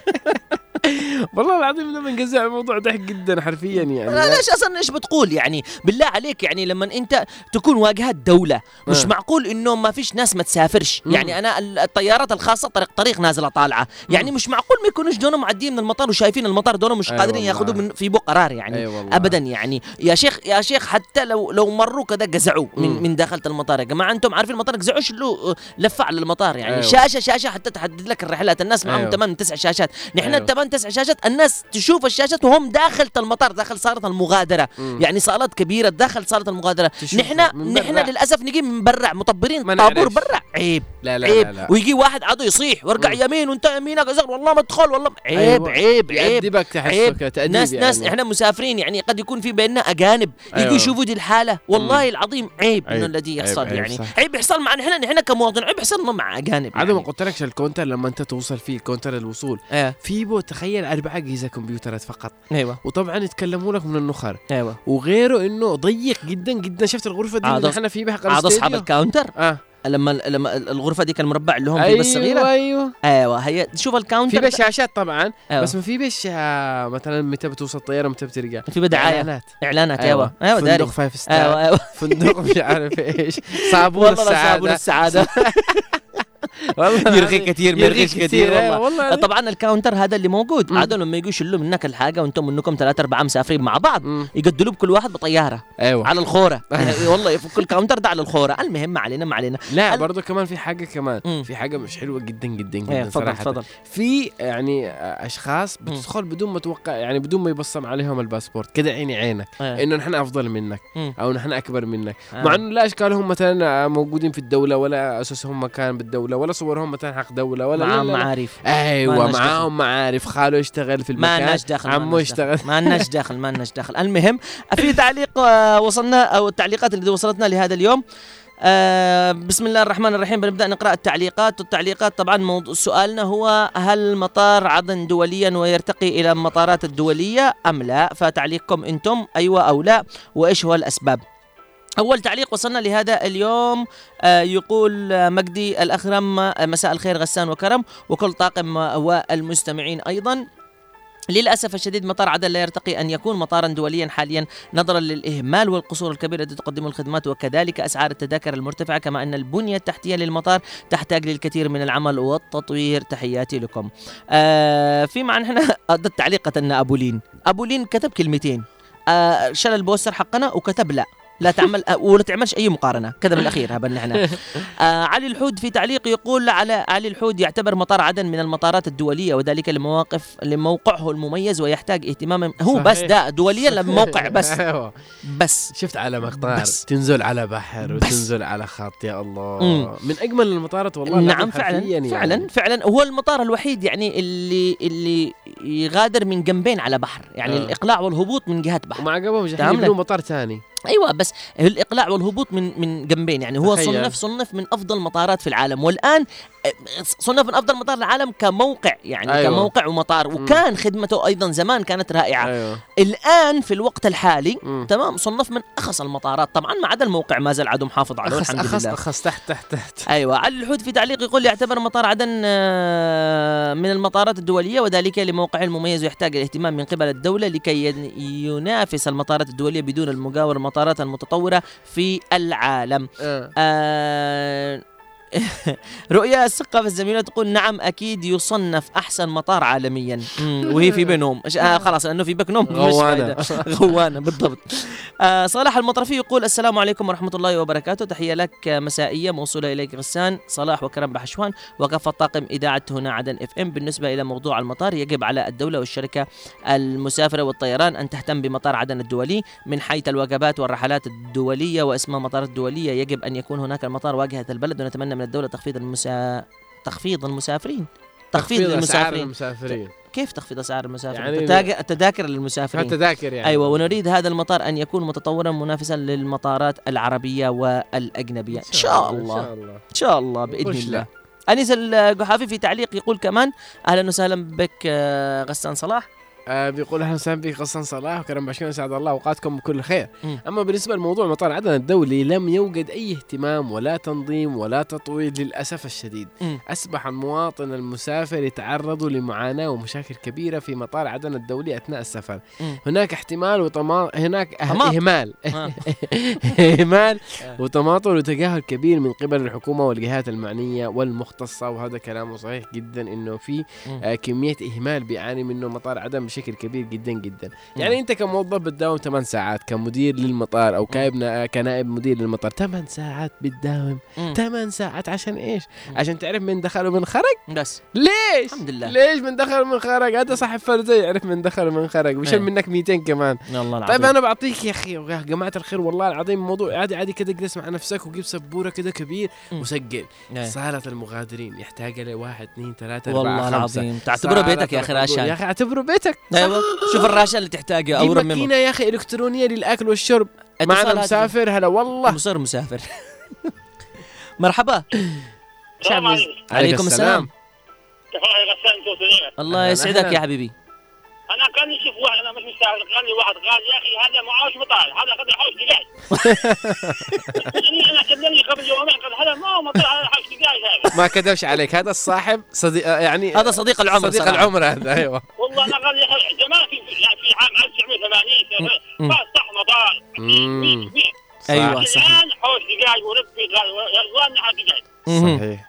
والله العظيم ده بنقزع الموضوع ضحك جدا حرفيا يعني. لا ليش اصلا ايش بتقول يعني بالله عليك؟ يعني لما انت تكون واجهة دولة مش آه. معقول انه ما فيش ناس ما تسافرش. مم. يعني انا ال- الطيارات الخاصة طريق طريق نازلة طالعة، يعني مش معقول ما يكونوش دول معديين من المطار وشايفين المطار دول مش أي قادرين والله. ياخذوا من في بو قرار يعني. أي والله. ابدا يعني يا شيخ يا شيخ حتى لو لو مروا كذا قزعوا من مم. من داخل المطار. يا جماعة انتم عارفين المطار قزعوش له لفة على المطار يعني. أيوة. شاشة شاشة حتى تحدد لك الرحلات. الناس معهم أيوة. ثمان تسع شاشات، نحن أيوة. الثمان تسع شاشات الشاشات، الناس تشوف الشاشات وهم داخل المطار، داخل صالة المغادرة. مم. يعني صالات كبيرة داخل صالة المغادرة. نحن نحن للأسف نجي من برا مطبرين طابور برا. عيب لا لا عيب. لا لا. ويجي واحد عادو يصيح وارجع يمين وانت يمينك ازر والله ما تدخل والله. عيب أيوة. عيب عيب يأدبك عيب. تحسك ناس يعني. ناس احنا مسافرين، يعني قد يكون في بيننا اجانب يجوا أيوة. يشوفوا دي الحالة. والله مم. العظيم عيب, عيب. انه الذي يحصل. عيب. يعني عيب, عيب يحصل معنا احنا نحن كمواطن، عيب يحصل مع اجانب. عاد ما قلت لكش الكونتر لما انت توصل فيه الكونتر الوصول أيوة. في بو تخيل اربع اجهزه كمبيوترات فقط. ايوه وطبعا يتكلموا لك من النخر. ايوه وغيره انه ضيق جدا جدا. شفت الغرفه دي اللي احنا فيها بقى عاد اصحاب الكاونتر اه لما لما الغرفه دي كان مربع اللي هم أيوة بس صغيره. ايوه ايوه هي شوف الكاونتر في بشاشات طبعا. أيوة. بس ما في بش آه مثلا متى بتوصل الطياره متى بترجع، في بدعايه اعلانات اعلانات. ايوه ايوه فندق فايف ستار. ايوه ايوه فندق مش عارف ايش صابون السعاده. صابون السعاده والله يرغي كثير يرغي كثير والله. والله. طبعا الكاونتر هذا اللي موجود عادوا لما يجوا يشلوا منك الحاجه وانتم منكم ثلاثة أربعة مسافرين مع بعض مم. يقدلوا بكل واحد بطياره. أيوة. على الخوره والله يفك الكاونتر ده على الخوره. المهم ما علينا ما علينا. لا ال... برضه كمان في حاجه كمان مم. في حاجه مش حلوه جدا جدا جدا أيوة. صراحه فضل. في يعني اشخاص بتدخل مم. بدون ما توقع، يعني بدون ما يبصم عليهم الباسبورت كده عيني عينك أيوة. انه نحن افضل منك مم. او نحن اكبر منك أيوة. مع انه لا اشكالهم مثلا موجودين في الدوله ولا اساسهم مكان بالدوله ولا صورهم مثلا حق دولة ولا معهم معارف. ايوه معاهم معارف، خاله يشتغل في المكان، ما لناش داخل عمو يشتغل ما لناش داخل ما لناش داخل. المهم في تعليق وصلنا او التعليقات اللي وصلتنا لهذا اليوم. آه بسم الله الرحمن الرحيم. بنبدأ نقرأ التعليقات. والتعليقات طبعا موضوع سؤالنا هو هل مطار عدن دوليا ويرتقي إلى المطارات الدولية أم لا؟ فتعليقكم أنتم أيوة أو لا، وإيش هو الأسباب. أول تعليق وصلنا لهذا اليوم آه يقول آه مجدي الأخرم آه مساء الخير غسان وكرم وكل طاقم آه والمستمعين أيضا. للأسف الشديد مطار عدن لا يرتقي أن يكون مطارا دوليا حاليا نظرا للإهمال والقصور الكبير التي تقدمه الخدمات وكذلك أسعار التذاكر المرتفعة، كما أن البنية التحتية للمطار تحتاج للكثير من العمل والتطوير. تحياتي لكم. آه في معنا هنا التعليق قتلنا أبو لين. أبو لين كتب كلمتين، آه شل البوستر حقنا وكتب لا لا تعمل ولا تعملش اي مقارنه كذا بالاخير هبل نحن. آه علي الحود في تعليق يقول على علي الحود يعتبر مطار عدن من المطارات الدوليه وذلك لمواقف لموقعه المميز ويحتاج اهتمام. هو بس ده دوليا لموقع بس بس شفت على مقطار تنزل على بحر وتنزل على خط يا الله مم. من اجمل المطارات والله. نعم فعلا يعني. فعلا فعلا هو المطار الوحيد يعني اللي اللي يغادر من جنبين على بحر يعني آه. الاقلاع والهبوط من جهه بحر، ومع قبل يبنوا مطار ثاني. ايوه بس الاقلاع والهبوط من من جنبين يعني هو تخيل. صنف صنف من افضل مطارات في العالم، والان صنف من افضل مطار العالم كموقع يعني أيوة. كموقع ومطار، وكان م. خدمته ايضا زمان كانت رائعه. أيوة. الان في الوقت الحالي م. تمام صنف من اخص المطارات طبعا، ما عدا الموقع ما زال عدو محافظ عليه الحمد أخص لله. اخص تحت تحت تحت ايوه. علي الحود في تعليق يقول يعتبر مطار عدن من المطارات الدوليه وذلك لموقعه المميز ويحتاج الاهتمام من قبل الدوله لكي ينافس المطارات الدوليه بدون المجاور المطارات المتطوره في العالم. أه. آه رؤيا الثقافة الزميلة تقول نعم أكيد يصنف أحسن مطار عالميا وهي في بينهم آه خلاص لأنه في بينهم غوانة غوانة بالضبط. آه صلاح المطرفي يقول السلام عليكم ورحمة الله وبركاته، تحية لك مسائية موصولة إليك غسان صلاح وكرم بحشوان وكافة طاقم إذاعة هنا عدن اف ام. بالنسبة إلى موضوع المطار يجب على الدولة والشركة المسافرة والطيران أن تهتم بمطار عدن الدولي من حيث الوجبات والرحلات الدولية واسمها مطارات دولية. يجب أن يكون هناك المطار واجهة البلد، ونتمنى من الدولة تخفيض المسا... تخفيض المسافرين تخفيض, تخفيض المسافرين. المسافرين كيف تخفيض أسعار المسافرين؟ يعني التذاكر للمسافرين. التذاكر يعني. أيوة. ونريد هذا المطار أن يكون متطورا منافسا للمطارات العربية والأجنبية إن شاء الله إن شاء الله بإذن الله. أنيس القحافي في تعليق يقول كمان أهلا وسهلا بك غسان صلاح. آه بيقول اهلا وسهلا بك غسان صلاح وكرم بحشوان اسعد الله اوقاتكم بكل خير. م. اما بالنسبه لموضوع مطار عدن الدولي لم يوجد اي اهتمام ولا تنظيم ولا تطوير للاسف الشديد. م. اصبح المواطن المسافر يتعرض لمعاناه ومشاكل كبيره في مطار عدن الدولي اثناء السفر. م. هناك احتمال وطما هناك اهمال اهمال وتماطل وتجاهل كبير من قبل الحكومه والجهات المعنيه والمختصه، وهذا كلامه صحيح جدا انه في آه كميه اهمال بيعاني منه مطار عدن بشكل كبير جدا جدا. يعني انت كموظف بتداوم ثمان ساعات، كمدير للمطار او كابن كنائب مدير للمطار ثمان ساعات بتداوم، ثمان ساعات عشان ايش؟ عشان تعرف من دخل ومن خرج بس. ليش؟ الحمد لله. ليش من دخل ومن خرج؟ هذا صاحب فرزه يعرف من دخل ومن خرج وشال منك مئتين كمان. طيب انا بعطيك يا اخي يا جماعه الخير والله العظيم موضوع عادي عادي كده، اجلس مع نفسك وجيب سبوره كده كبير وسجل صالة المغادرين يحتاج له واحد اثنين ثلاثة أربعة والله خمسة. العظيم تعتبره بيتك يا أخي راشان. يا أخي اعتبره بيتك. أيوة شوف الراشان اللي تحتاجه أو رممه. ماكينة يا أخي إلكترونية للأكل والشرب. معنا مسافر هلا والله. مصر مسافر. مرحبا. السلام عليكم. عليكم السلام. كيف حالك غسان توصلين؟ الله يسعدك يا حبيبي. أنا كان يشوف واحد، أنا مش مستاهل، كان لي واحد قال يا أخي هذا معاش مطار، هذا قد حوش دقايق. أنا كلمني قبل يومين قال هذا ما هو مطار، هذا حوش دقايق هذا. ما كدبش عليك، هذا الصاحب صديق يعني هذا صديق العمر. صديق العمر هذا. أيوة. والله أنا قال يا أخي زمان في في عام ألف وتسعمية وثمانين فاستح مطار. أيوة صحيح. الآن حوش دقايق وربي قال يلا حوش دقايق. صحيح.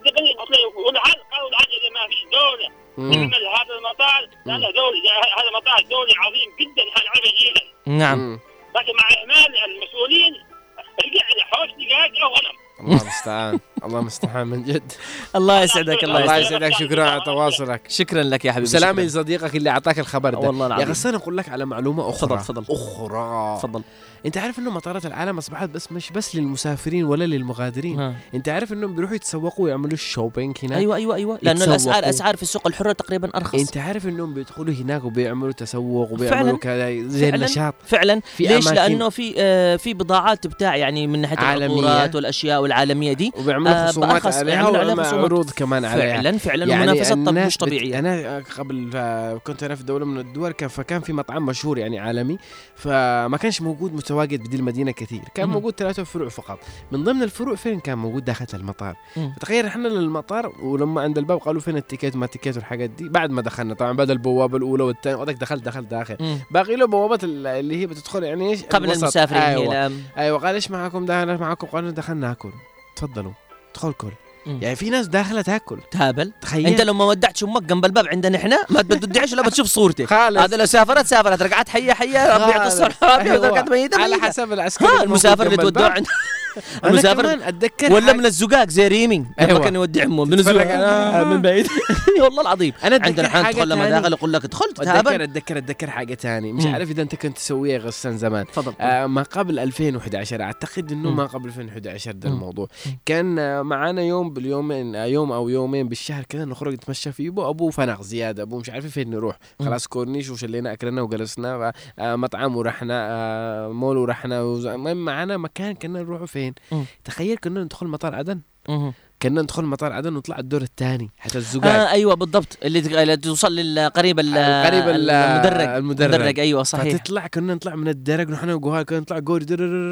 والعالم قالوا العالم إذا ما في دولة تعمل هذا المطار، لأنه دولي هذا مطار دولي عظيم جدا هالعالم جيدا. نعم. لكن مع إهمال المسؤولين رجع لحوش دقايق أو غنم. الله المستعان. الله المستعان من جد. الله يسعدك. الله الله يسعدك. يسعدك. شكرا على تواصلك. شكرا لك يا حبيبي. سلامي لصديقك اللي اعطاك الخبر ده. والله العظيم. يا غسان اقول لك على معلومه اخرى. تفضل اخرى. تفضل. انت عارف انه مطارات العالم اصبحت بس مش بس للمسافرين ولا للمغادرين. ها. انت عارف انهم بيروحوا يتسوقوا ويعملوا الشوبينج هناك. ايوه ايوه ايوه لانه الاسعار اسعار في السوق الحره تقريبا ارخص. انت عارف انهم بيدخلوا هناك وبيعملوا تسوق وبيعملوا كذا زي النشاط فعلا. ليش؟ لانه في آه في بضاعات تبتاع يعني من ناحيه العطورات والاشياء والعالميه دي وبيعملوا خصومات آه عليها وعلى عروض كمان عليها. فعلا فعلا يعني المنافسه مش طبيعيه. بت... انا قبل كنت انا في دوله من الدول كان فكان في مطعم مشهور يعني عالمي، فما كانش موجود متواجد بدي المدينه كثير، كان م- موجود ثلاثه فروع فقط. من ضمن الفروع فين كان موجود؟ داخل المطار. م- فتخيل احنا للمطار ولما عند الباب قالوا فين التيكيت ما التيكيت والحاجات دي. بعد ما دخلنا طبعا بعد البوابه الاولى والثانيه وقتك دخلت دخلت داخل م- باقي له بوابه اللي هي بتدخل يعني ايش قبل المسافرين. ايوه ايوه قال ايش معكم؟ دخلنا معكم. قالوا دخلنا ناكل. تفضلوا ادخل كل. يعني في ناس داخله تاكل تهابل. تخيل انت لو ما ودعت امك جنب الباب عندنا احنا ما بتودعش ولا بتشوف صورتي. هذا لو سافرت سافرت رجعت حيه حيه ربي يعطي الصحه رجعت ميته على حسب العسكري المسافر اللي تودعه عند المسافر اتذكر ولا من الزقاق زي ريمي لما كان يودع امه من الزقاق من بعيد. والله العظيم انا عندنا حال تدخل لما داخل يقول لك ادخل تهابل. اتذكر اتذكر حاجه ثانيه مش عارف اذا انت كنت تسويها غسان زمان. آه ما قبل ألفين وأحد عشر اعتقد انه ما قبل ألفين وأحد عشر ده الموضوع. كان معانا يوم باليومين يوم او يومين بالشهر كذا نخرج نتمشى فيه ابو ابو فنق زياده ابو مش عارف فين نروح. خلاص كورنيش وشلينا اكلنا وجلسنا آه مطعم ورحنا آه مول ورحنا المهم معانا مكان كنا نروحوا فين. تخيل كنا ندخل مطار عدن. كنا ندخل مطار عدن ونطلع الدور الثاني حتى الزقاق. آه ايوه بالضبط اللي توصل للقريب القريب المدرج المدرج ايوه صحيح. فتطلع كنا نطلع من الدرج ونحن وجوها كنا نطلع جوري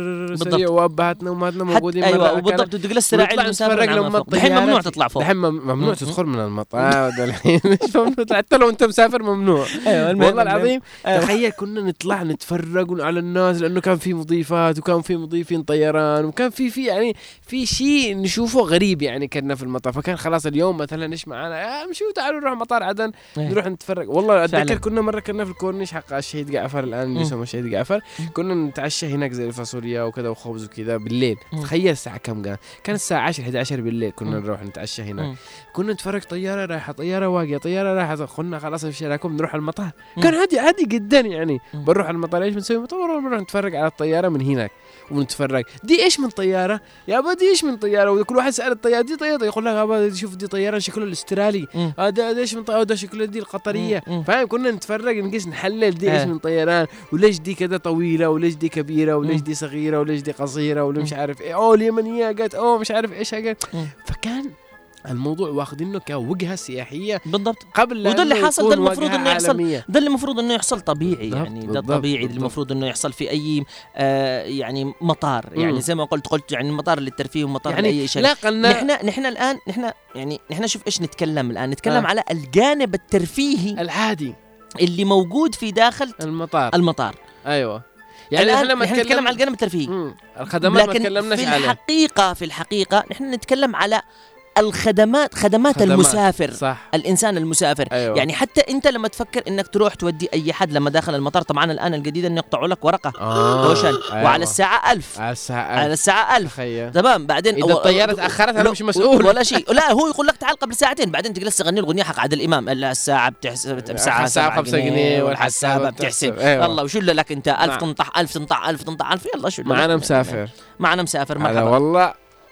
سريع وابهاتنا وامهاتنا موجودين. ايوه وبالضبط تجلس تراعي المسافر الحين ممنوع تطلع فوق. الحين ممنوع تدخل من المطار الحين مش ممنوع حتى لو انت مسافر ممنوع. ايوه والله العظيم. تخيل كنا نطلع نتفرج على الناس لانه كان في مضيفات وكان في مضيفين طيران وكان في في يعني في شيء نشوفه غريب يعني كنا في المطار. فكان خلاص اليوم مثلا ايش معانا امشوا تعالوا نروح مطار عدن نروح نتفرج. والله اتذكر كنا مره كنا في الكورنيش حق الشهيد جعفر الان اللي يسمى الشهيد جعفر كنا نتعشى هناك زي الفاصوليا وكذا وخبز وكذا بالليل. تخيل الساعه كم كان؟ كان الساعه عشرة إحدى عشر بالليل كنا نروح نتعشى هناك. كنا نتفرج طياره رايحه طياره واقعه طياره رايحه. قلنا خلاص امشي لكم نروح المطار. كان عادي عادي جدا يعني بنروح المطار ايش بنسوي مطار بنروح نتفرج على الطياره من هناك ونتفرج. دي ايش من طياره يا ابا؟ دي ايش من طياره؟ وكل واحد سأل الطياره دي طياره يقول لك ابا شوف دي طياره شكلها الاسترالي هذا آه ايش من طياره؟ ده شكلها دي القطريه. فاهم؟ كنا نتفرج نقيس نحلل دي ايش من طيران وليش دي كذا طويله وليش دي كبيره وليش دي صغيره وليش دي قصيره ولا مش عارف ايه. اوه اليمنيه قالت اوه مش عارف ايش قالت. فكان الموضوع واخدينه كوجهه سياحيه بالضبط قبل. وده اللي حصل. ده المفروض انه يحصل. ده اللي المفروض انه يحصل طبيعي بالضبط يعني. ده بالضبط طبيعي اللي المفروض انه يحصل في اي آه يعني مطار يعني م. زي ما قلت قلت يعني مطار للترفيه ومطار يعني لاي شيء. نحن نحن الان نحن يعني نحن شوف ايش نتكلم الان. نتكلم آه. على الجانب الترفيهي العادي اللي موجود في داخل المطار. المطار ايوه يعني احنا ما نتكلم على الجانب الترفيهي. الخدمات ما تكلمناش عليه. في الحقيقه في الحقيقه نحن نتكلم على الخدمات خدمات, خدمات. المسافر صح. الانسان المسافر. أيوة. يعني حتى انت لما تفكر انك تروح تودي اي حد لما داخل المطار، طبعا الان الجديد انه يقطعوا لك ورقه آه. كوشن. أيوة. وعلى الساعه ألف على الساعة على الساعه ألف تخيل. تمام. بعدين إذا الطيارة تأخرت أنا مش مسؤول ولا شيء. لا هو يقول لك تعال قبل ساعتين، بعدين تجلس تغني الاغنيه حق عادل امام، الا الساعه بتحسب بساعه الساعة خمسة جنيه والحسابه بتحسب. أيوة. الله وشو لك انت ألف تنطح ألف تنطح ألف تنطح ألف يلا شو معنا مسافر. معنا مسافر. هلا مرحبا. والله.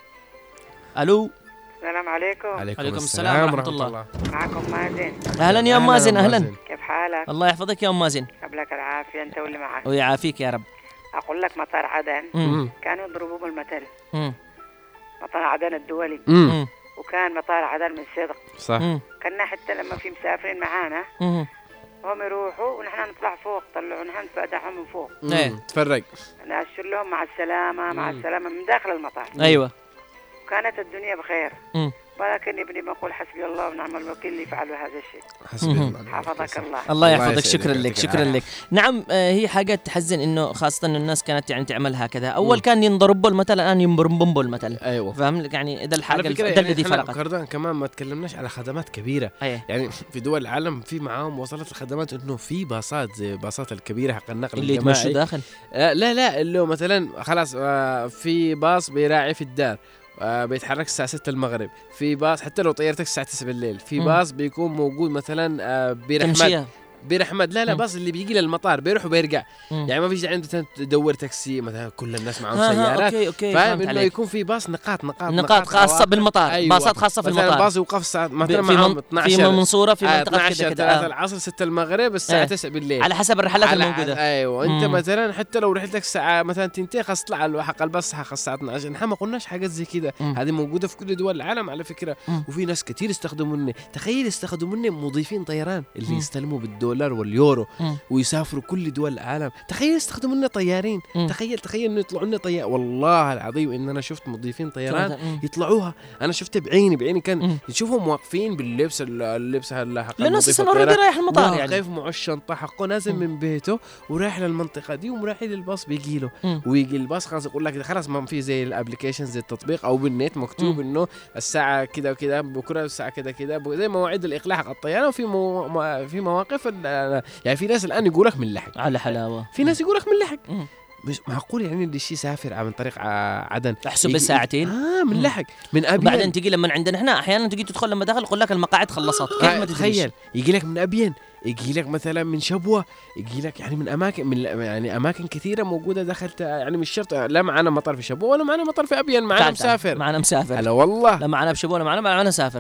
الو. السلام عليكم. عليكم السلام ورحمة الله. معكم مازن. اهلا يا ام مازن. اهلا. كيف حالك؟ الله يحفظك يا ام مازن. قبلك العافيه انت واللي معك. ويعافيك يا رب. اقول لك مطار عدن مم. كانوا يضربوه بالمثل. مم. مطار عدن الدولي. مم. وكان مطار عدن من صدق. صح. مم. كنا حتى لما في مسافرين معانا مم. هم يروحوا ونحن نطلع فوق، طلعونا نتفادعهم من فوق. ايه. تفرق. نأشر لهم مع السلامه مع السلامه من داخل المطار. ايوه. وكانت الدنيا بخير. مم. ولكن ابني بقول حسبي الله ونعم الوكيل اللي فعلوا هذا الشيء. حسبي الله. حفظك الله. الله يحفظك. يسعدك. شكرا لك يعطيك شكرا العافية. لك. نعم آه، هي حاجات تحزن انه خاصة إنه الناس كانت يعني تعمل هكذا. اول كان ينضربوا المثل، الان ينضربوا المثل. ايوه. فاهم لك يعني ده الحاجة على الف... فكرة ده يعني الذي إحنا فرقت. كردان كمان ما تكلمناش على خدمات كبيرة. أيه. يعني في دول العالم في معاهم وصلت الخدمات انه في باصات زي الباصات الكبيرة حق النقل اللي الجماعي. يتمشوا داخل. آه لا لا اللي هو مثلا خلاص آه في باص بيراعي في الدار، آه بيتحرك الساعة ستة المغرب، في باص حتى لو طيارتك الساعة تسعة بالليل، في مم. باص بيكون موجود مثلا آه برحمد تمشيها. برحمد لا لا مم. باص اللي بيجي للمطار بيروح وبيرجع. مم. يعني ما فيش داعي انت تدور تاكسي مثلا كل الناس معهم ها ها سيارات. اوكي اوكي فاهم فهمت انه عليك. يكون في باص نقاط نقاط نقاط خاصة عواقب. بالمطار. أيوة. باصات خاصة في مثلا المطار. باص يوقف الساعة مثلا في معهم من- اثناشر في منصورة في آه منطقة كذا اثناشر كذا ثلاثة آه. العصر ستة المغرب الساعة آه. تسعة بالليل على حسب الرحلات على- الموجودة. ايوه انت مم. مثلا حتى لو رحلتك الساعة مثلا تنتهي خلاص تطلع حق الباص حق الساعة اثنا عشر. نحن ما قلناش حاجات زي كذا، مم. هذه موجودة في كل دول العالم على فكرة. مم. وفي ناس كتير استخدموني، تخيل استخدموني مضيفين طيران اللي مم. يستلموا بالدولار واليورو مم. ويسافروا كل دول العالم. تخيل يستخدموا لنا طيارين. مم. تخيل تخيل انه يطلعوا لنا طيار. والله العظيم ان انا شفت مضيفين طيران مم. يطلعوها، انا شفت بعيني بعيني كان مم. يشوفهم واقفين باللبس ال- اللبس هلا حق لانه المضيف اساسا الطيران. اوريدي رايح المطار يعني. واقف معه الشنطه حقه نازل مم. من بيته ورايح للمنطقه دي ورايح للباص بيجي له مم. ويجي الباص خلاص يقول لك خلاص ما في زي الابلكيشن زي التطبيق او بالنت مكتوب مم. انه الساعه كذا وكذا بكره الساعه كذا كذا زي مواعيد الاقلاع حق الطياره. وفي مو... ما- في مواقف ال- يعني في ناس الان يقول لك من لحق، على حلاوة. في ناس يقول لك من لحق. مم. مش معقول يعني اللي شيء يسافر عن طريق ع- عدن تحسب يجي- بالساعتين. اه من مم. لحق من ابين. بعدين تجي لما عندنا هنا احيانا تجي تدخل لما دخل يقول لك المقاعد خلصت. كيف آه ما تدريش. تخيل يجي لك من ابين، يجي لك مثلا من شبوه، يجي لك يعني من اماكن من يعني اماكن كثيره موجوده دخلت يعني مش شرط لا معنا مطار في شبوه ولا معنا مطار في ابين، معنا تعال تعال. مسافر. معنا مسافر. هلا والله لا معنا بشبونه معنا معنا سافر.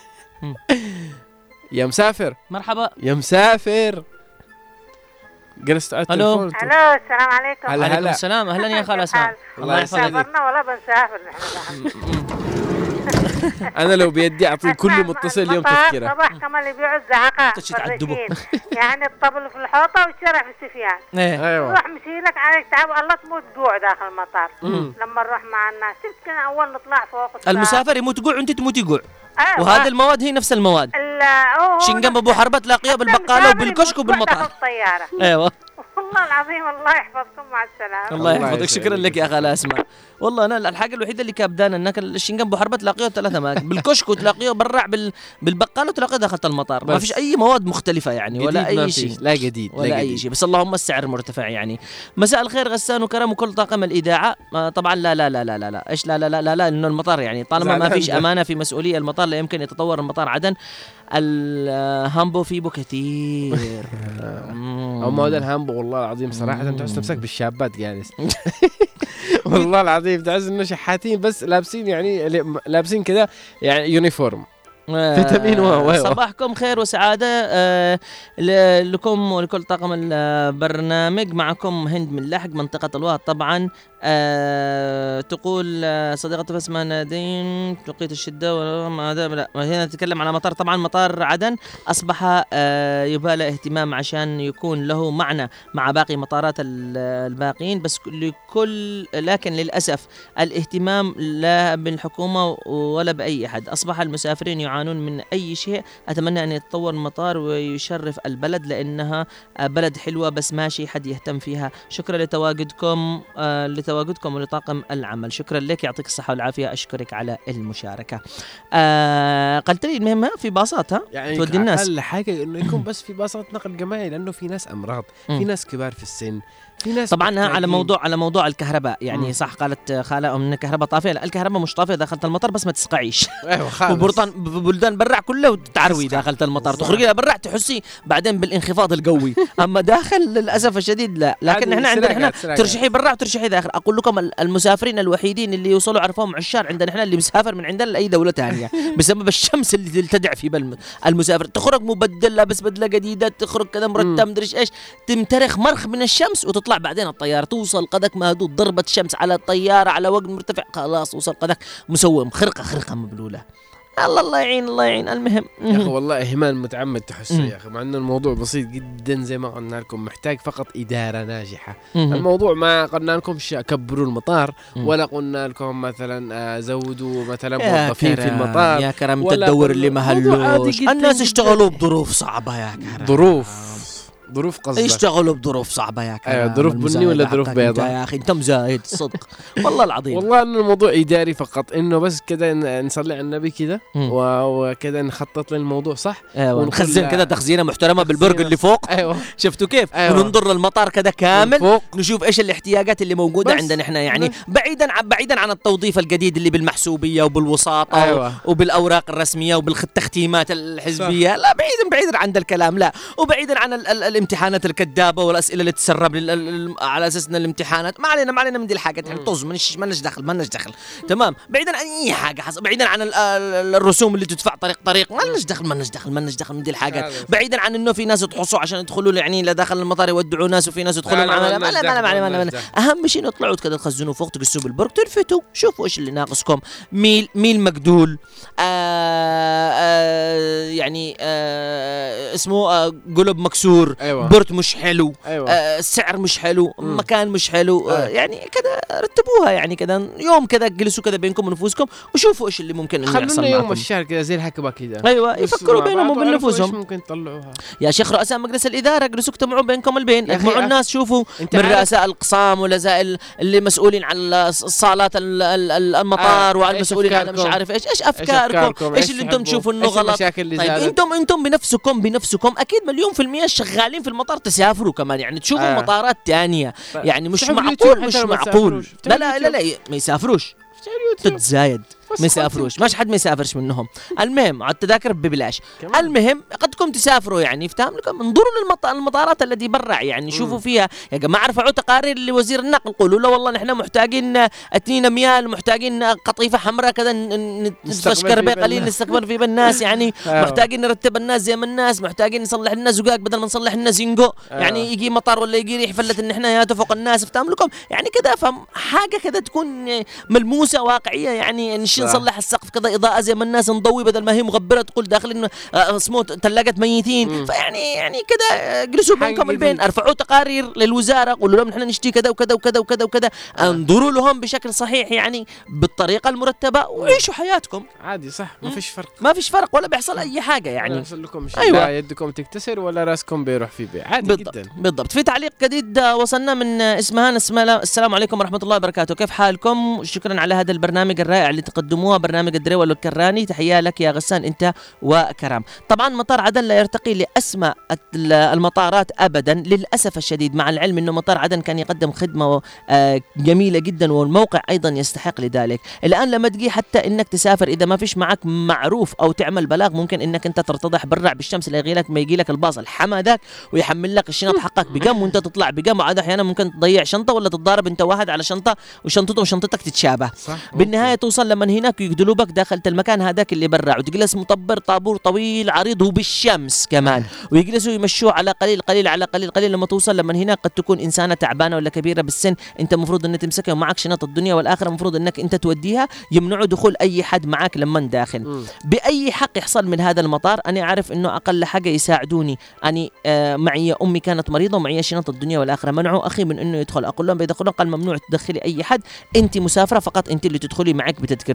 يا مسافر مرحبا. يا مسافر. جلست على ألو. التليفون. الو السلام عليكم. هلا عليكم هلا. السلام. اهلا يا خالة اسماء. الله يحفظك. سافرنا ولا بنسافر نحن بعد. انا لو بيدي اعطي كل متصل يوم المطار تذكره. صباح كمان اللي بيبيعوا الزعقة تتعذبوا. فريقين. يعني الطبل في الحوطة والشارع في السفيان. ايه. ايوه روح مسيلك عليك تعب الله تموت جوع داخل المطار. مم. لما نروح مع الناس شفت كنا اول نطلع فوق الساعة. المسافر يموت جوع وانت تموت جوع. أيوة. وهذه المواد هي نفس المواد. ال- هو- هو شنقم ابو حربة تلاقيها بالبقالة وبالكشك وبالمطار. الطيارة. ايوه. والله العظيم الله يحفظكم مع السلامة. الله الله يحفظك. يسعدك. شكرا لك يا خالة اسماء. والله انا الحاجه الوحيده اللي كابدانا انك الشنقم ابو حربة تلاقيه ثلاثة اماكن بالكشك وتلاقيه برع بال... بالبقاله وتلاقيه داخل المطار. ما بس. فيش اي مواد مختلفه يعني ولا جديد ما اي فيش. شيء. لا جديد ولا لا اي جديد. شيء. بس اللهم السعر مرتفع يعني. مساء الخير غسان وكرم وكل طاقم الاذاعه. آه طبعا لا لا لا لا لا لا ايش لا لا لا لا, لا انه المطار يعني طالما ما زعلان فيش ده. امانه في مسؤوليه المطار لا يمكن يتطور المطار عدن. الهامبو فيبو كثير. او مواد الهامبو والله العظيم صراحه انت تحس نفسك بالشابات جالس. والله العظيم تحس انه شحاتين بس لابسين يعني لابسين كذا يعني يونيفورم. فيتامين و- و- صباحكم خير وسعادة آه، ل- لكم ولكل طاقم البرنامج. معكم هند من لحق منطقة الواد طبعا. آه، تقول آه، صديقتي اسمها نادين توقيت الشدة وما هذا لا هنا تتكلم على مطار طبعا. مطار عدن أصبح آه، يبقى له اهتمام عشان يكون له معنى مع باقي مطارات ال- الباقيين بس لكل لكن للأسف الاهتمام لا بالحكومة ولا بأي أحد. أصبح المسافرين يعانون من أي شيء. أتمنى أن يتطور المطار ويشرف البلد لأنها بلد حلوة بس ماشي حد يهتم فيها. شكرا لتواجدكم آه لتواجدكم ولطاقم العمل. شكرا لك، يعطيك الصحة والعافية. أشكرك على المشاركة. آه قلت لي المهم في باصات ها يعني تودي الناس. أقل حاجة إنه يكون بس في باصات نقل جماعي، لأنه في ناس أمراض، في ناس كبار في السن، في ناس طبعا على محتاجين. موضوع على موضوع الكهرباء يعني مم. صح قالت خالة ان الكهرباء طافيه. لا الكهرباء مش طافيه داخلت المطار بس ما تسقعيش. ايوه خالص. وبرطان بلدان برع كله تعروي داخلت المطار، تخرجي لها برع تحسي بعدين بالانخفاض القوي. اما داخل للاسف الشديد لا. لكن احنا عندنا احنا ترشحي برع وترشحي داخل. اقول لكم المسافرين الوحيدين اللي يوصلوا عرفهم عشان عندنا احنا اللي مسافر من عندنا لاي دوله ثانيه بسبب الشمس اللي تلتدع في بل المسافر. تخرج مبدل لابس بدله جديده، تخرج كذا مرتب مدري ايش، تمترخ مرخ من الشمس وتطلع بعدين الطياره توصل قدك مهدود، ضربة شمس على الطيارة على وقت مرتفع خلاص وصل قدك مسوم خرقة خرقة مبلولة. الله الله يعين الله يعين. المهم يا أخي والله إهمال متعمد تحسه يا أخي، مع أنه الموضوع بسيط جدا زي ما قلنا لكم، محتاج فقط إدارة ناجحة. الموضوع ما قلنا لكم كبروا المطار ولا قلنا لكم مثلا زودوا مثلا موظفين في المطار. يا كرم تدور اللي مهلوش. الناس اشتغلوا بظروف صعبة يا كرم. ظروف ظروف قصدك يشتغلوا بظروف صعبة يا كرم. ايوه ظروف بني ولا ظروف بيضاء يا اخي انت مزايد الصدق والله العظيم. والله انه الموضوع اداري فقط، انه بس كذا نصلي على النبي كذا وكذا نخطط للموضوع صح. ايوه ونخزن كذا تخزينه محترمه بالبرج اللي فوق. ايوه شفتوا كيف؟ أيوة. وننظر للمطار كذا كامل نشوف ايش الاحتياجات اللي موجوده عندنا احنا يعني بس. بعيدا عن بعيدا عن التوظيف الجديد اللي بالمحسوبيه وبالوساطه أيوة. وبالاوراق الرسميه وبالتختيمات الحزبيه صح. لا بعيدا بعيدا عن الكلام لا، وبعيدا عن ال ال الامتحانات الكذابه والاسئله اللي تسرب على اساس ان الامتحانات ما علينا ما علينا من دي الحاجات يعني طز منش منش دخل منش دخل تمام. بعيدا عن اي حاجه حصل، بعيدا عن الرسوم اللي تدفع طريق طريق منش دخل منش دخل منش دخل من دي الحاجات. بعيدا عن انه في ناس يتحصوا عشان يدخلوا يعني لا داخل المطار يودعوا ناس وفي ناس يدخلوا معنا. ما لا ما لا اهم شيء تطلعوا كذا تخزنوا فوق تقسوا بالبرج تلفتوا شوفوا ايش اللي ناقصكم. ميل ميل مقدول آآ آآ يعني آآ اسمه آآ قلب مكسور. أيوة. برت مش حلو. أيوة. آه السعر مش حلو. مم. مكان مش حلو. آه أيوة. يعني كذا رتبوها يعني كذا يوم كذا جلسوا كذا بينكم ونفوسكم وشوفوا ايش اللي ممكن انه يحصل معكم. يوم الشهر كذا زي الحكبه كذا. ايوه يفكروا بينهم وبين نفوسهم ممكن يطلعوها. يا شيخ رؤساء مجلس الاداره جلسوا اجتمعوا بينكم البين اجمعوا الناس شوفوا من رؤساء الاقسام ولزائل اللي مسؤولين عن صالات المطار. آه. وعن المسؤولين عن مش عارف ايش ايش افكاركم ايش اللي انتم تشوفوا انه غلط. طيب انتم انتم بنفسكم بنفسكم اكيد مليون في المية شغالين في المطار تسافروا كمان يعني تشوفوا آه. مطارات تانية يعني مش معقول مش معقول لا لا لا لا ما يسافروش تتزايد ما يسافروش ماش حد ما يسافرش منهم. المهم على التذاكر ببلاش. المهم قدكم تسافروا يعني افتهم لكم انظروا للمطارات التي برع يعني شوفوا فيها يا جماعه ارفعوا تقارير لوزير النقل قولوا له والله نحن محتاجين اثنين ميال محتاجين قطيفه حمراء كذا نستشكر بها قليل نستكبر في بالناس يعني محتاجين نرتب الناس زي ما الناس محتاجين نصلح لنا زقاق بدل ما نصلح لنا زنقو يعني يجي مطار ولا يجي ريح فلت ان احنا يا تفوق الناس افتهم لكم يعني كذا فهم حاجه كذا تكون ملموسه واقعيه يعني نصلح السقف كذا اضاءه زي ما الناس نضوي بدل ما هي مغبره تقول داخل اسمه ثلاجه ميتين. فيعني يعني كذا جلسوا بينكم البين ارفعوا تقارير للوزاره قولوا لهم احنا نشتي كذا وكذا وكذا وكذا وكذا انظروا لهم بشكل صحيح يعني بالطريقه المرتبه وعيشوا حياتكم عادي صح ما فيش فرق ما فيش فرق ولا بيحصل اي حاجه يعني يحصل لكم شيء أيوة. لا يدكم تكتسر ولا راسكم بيروح في بيع عادي بالضبط. جدا بالضبط. في تعليق جديد وصلنا من اسمهان السلام عليكم ورحمه الله وبركاته كيف حالكم شكرا على هذا البرنامج الرائع اللي تقدموه برنامج الدريول والكراني تحية لك يا غسان أنت وكرام. طبعا مطار عدن لا يرتقي لأسمى المطارات أبدا للأسف الشديد مع العلم أنه مطار عدن كان يقدم خدمة جميلة جدا والموقع أيضا يستحق لذلك. الآن لما تجي حتى أنك تسافر إذا ما فيش معك معروف أو تعمل بلاغ ممكن أنك أنت ترتضح برع بالشمس لا يجي لك ما يجي لك الباص الحما ذاك ويحمل لك الشنط حقك بقم وأنت تطلع بقم وعاد أحيانا ممكن تضيع شنطة ولا تتضارب أنت واحد على شنطة وشنطته وشنطتك تتشابه. بالنهاية توصل لما هناك يقدلوا بك داخلت المكان هذاك اللي برا وتجلس مطبر طابور طويل عريض وبالشمس كمان ويجلسوا يمشوه على قليل قليل على قليل قليل لما توصل لما هناك قد تكون إنسانة تعبانة ولا كبيرة بالسن أنت مفروض أن تمسكها ومعك شنط الدنيا والآخرة مفروض أنك أنت توديها يمنعوا دخول أي حد معك لما داخل. م. بأي حق يحصل من هذا المطار أنا أعرف أنه أقل حاجة يساعدوني أني آه معي أمي كانت مريضة ومعي شنط الدنيا والآخرة منعوا أخي من أنه يدخل أقول لهم بيدخلون قال ممنوع تدخلي أي حد أنت مسافرة فقط أنت اللي تدخلي معك بتذكرتك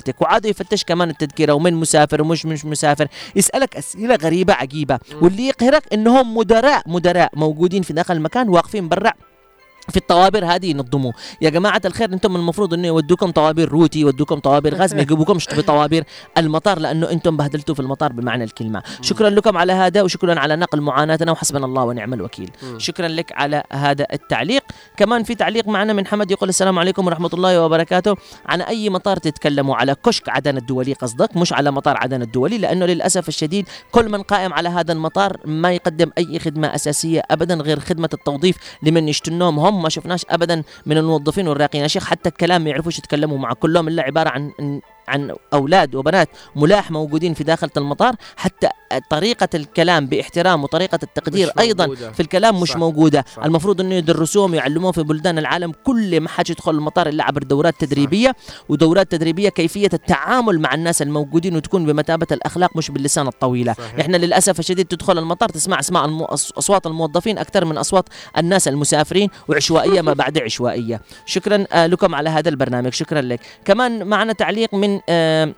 تذكرتك، وعادوا يفتش كمان التذكرة ومن مسافر ومش مش مسافر، يسألك أسئلة غريبة عجيبة، واللي يقهرك إنهم مدراء مدراء موجودين في داخل المكان واقفين برا في الطوابير هذه ينظموا. يا جماعة الخير انتم المفروض انه يودوكم طوابير روتي، يودوكم طوابير غاز، ما يجيبوكمش بطوابير المطار، لانه انتم بهدلتوا في المطار بمعنى الكلمة. شكرا لكم على هذا، وشكرا على نقل معاناتنا، وحسبنا الله ونعم الوكيل. شكرا لك على هذا التعليق. كمان في تعليق معنا من حمد يقول السلام عليكم ورحمة الله وبركاته. عن اي مطار تتكلموا؟ على كشك عدن الدولي قصدك، مش على مطار عدن الدولي، لانه للاسف الشديد كل من قائم على هذا المطار ما يقدم اي خدمة اساسية ابدا غير خدمة التوظيف لمن يشتنوهم هم. ما شفناش ابدا من الموظفين والراقين يا شيخ، حتى الكلام ما يعرفوش يتكلموا مع كلهم، الا عباره عن عن اولاد وبنات ملاح موجودين في داخل المطار. حتى طريقه الكلام باحترام وطريقه التقدير ايضا في الكلام مش صح. موجوده صح. المفروض انه يدرسوهم ويعلموهم في بلدان العالم كل ما حد يدخل المطار الا عبر دورات تدريبيه صح. ودورات تدريبيه كيفيه التعامل مع الناس الموجودين، وتكون بمثابه الاخلاق مش باللسان الطويله. صحيح. احنا للاسف الشديد تدخل المطار تسمع اسماء المو... اصوات الموظفين اكثر من اصوات الناس المسافرين، وعشوائيه ما بعد عشوائيه. شكرا آه لكم على هذا البرنامج، شكرا لك. كمان معنا تعليق من آه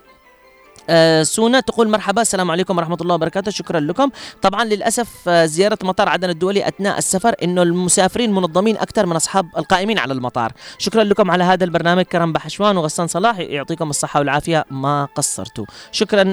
آه سونا تقول مرحبا، السلام عليكم ورحمة الله وبركاته. شكرا لكم. طبعا للأسف آه زيارة مطار عدن الدولي أثناء السفر إنه المسافرين منظمين أكثر من أصحاب القائمين على المطار. شكرا لكم على هذا البرنامج كرم بحشوان وغسان صلاح، يعطيكم الصحة والعافية ما قصرتوا. شكرا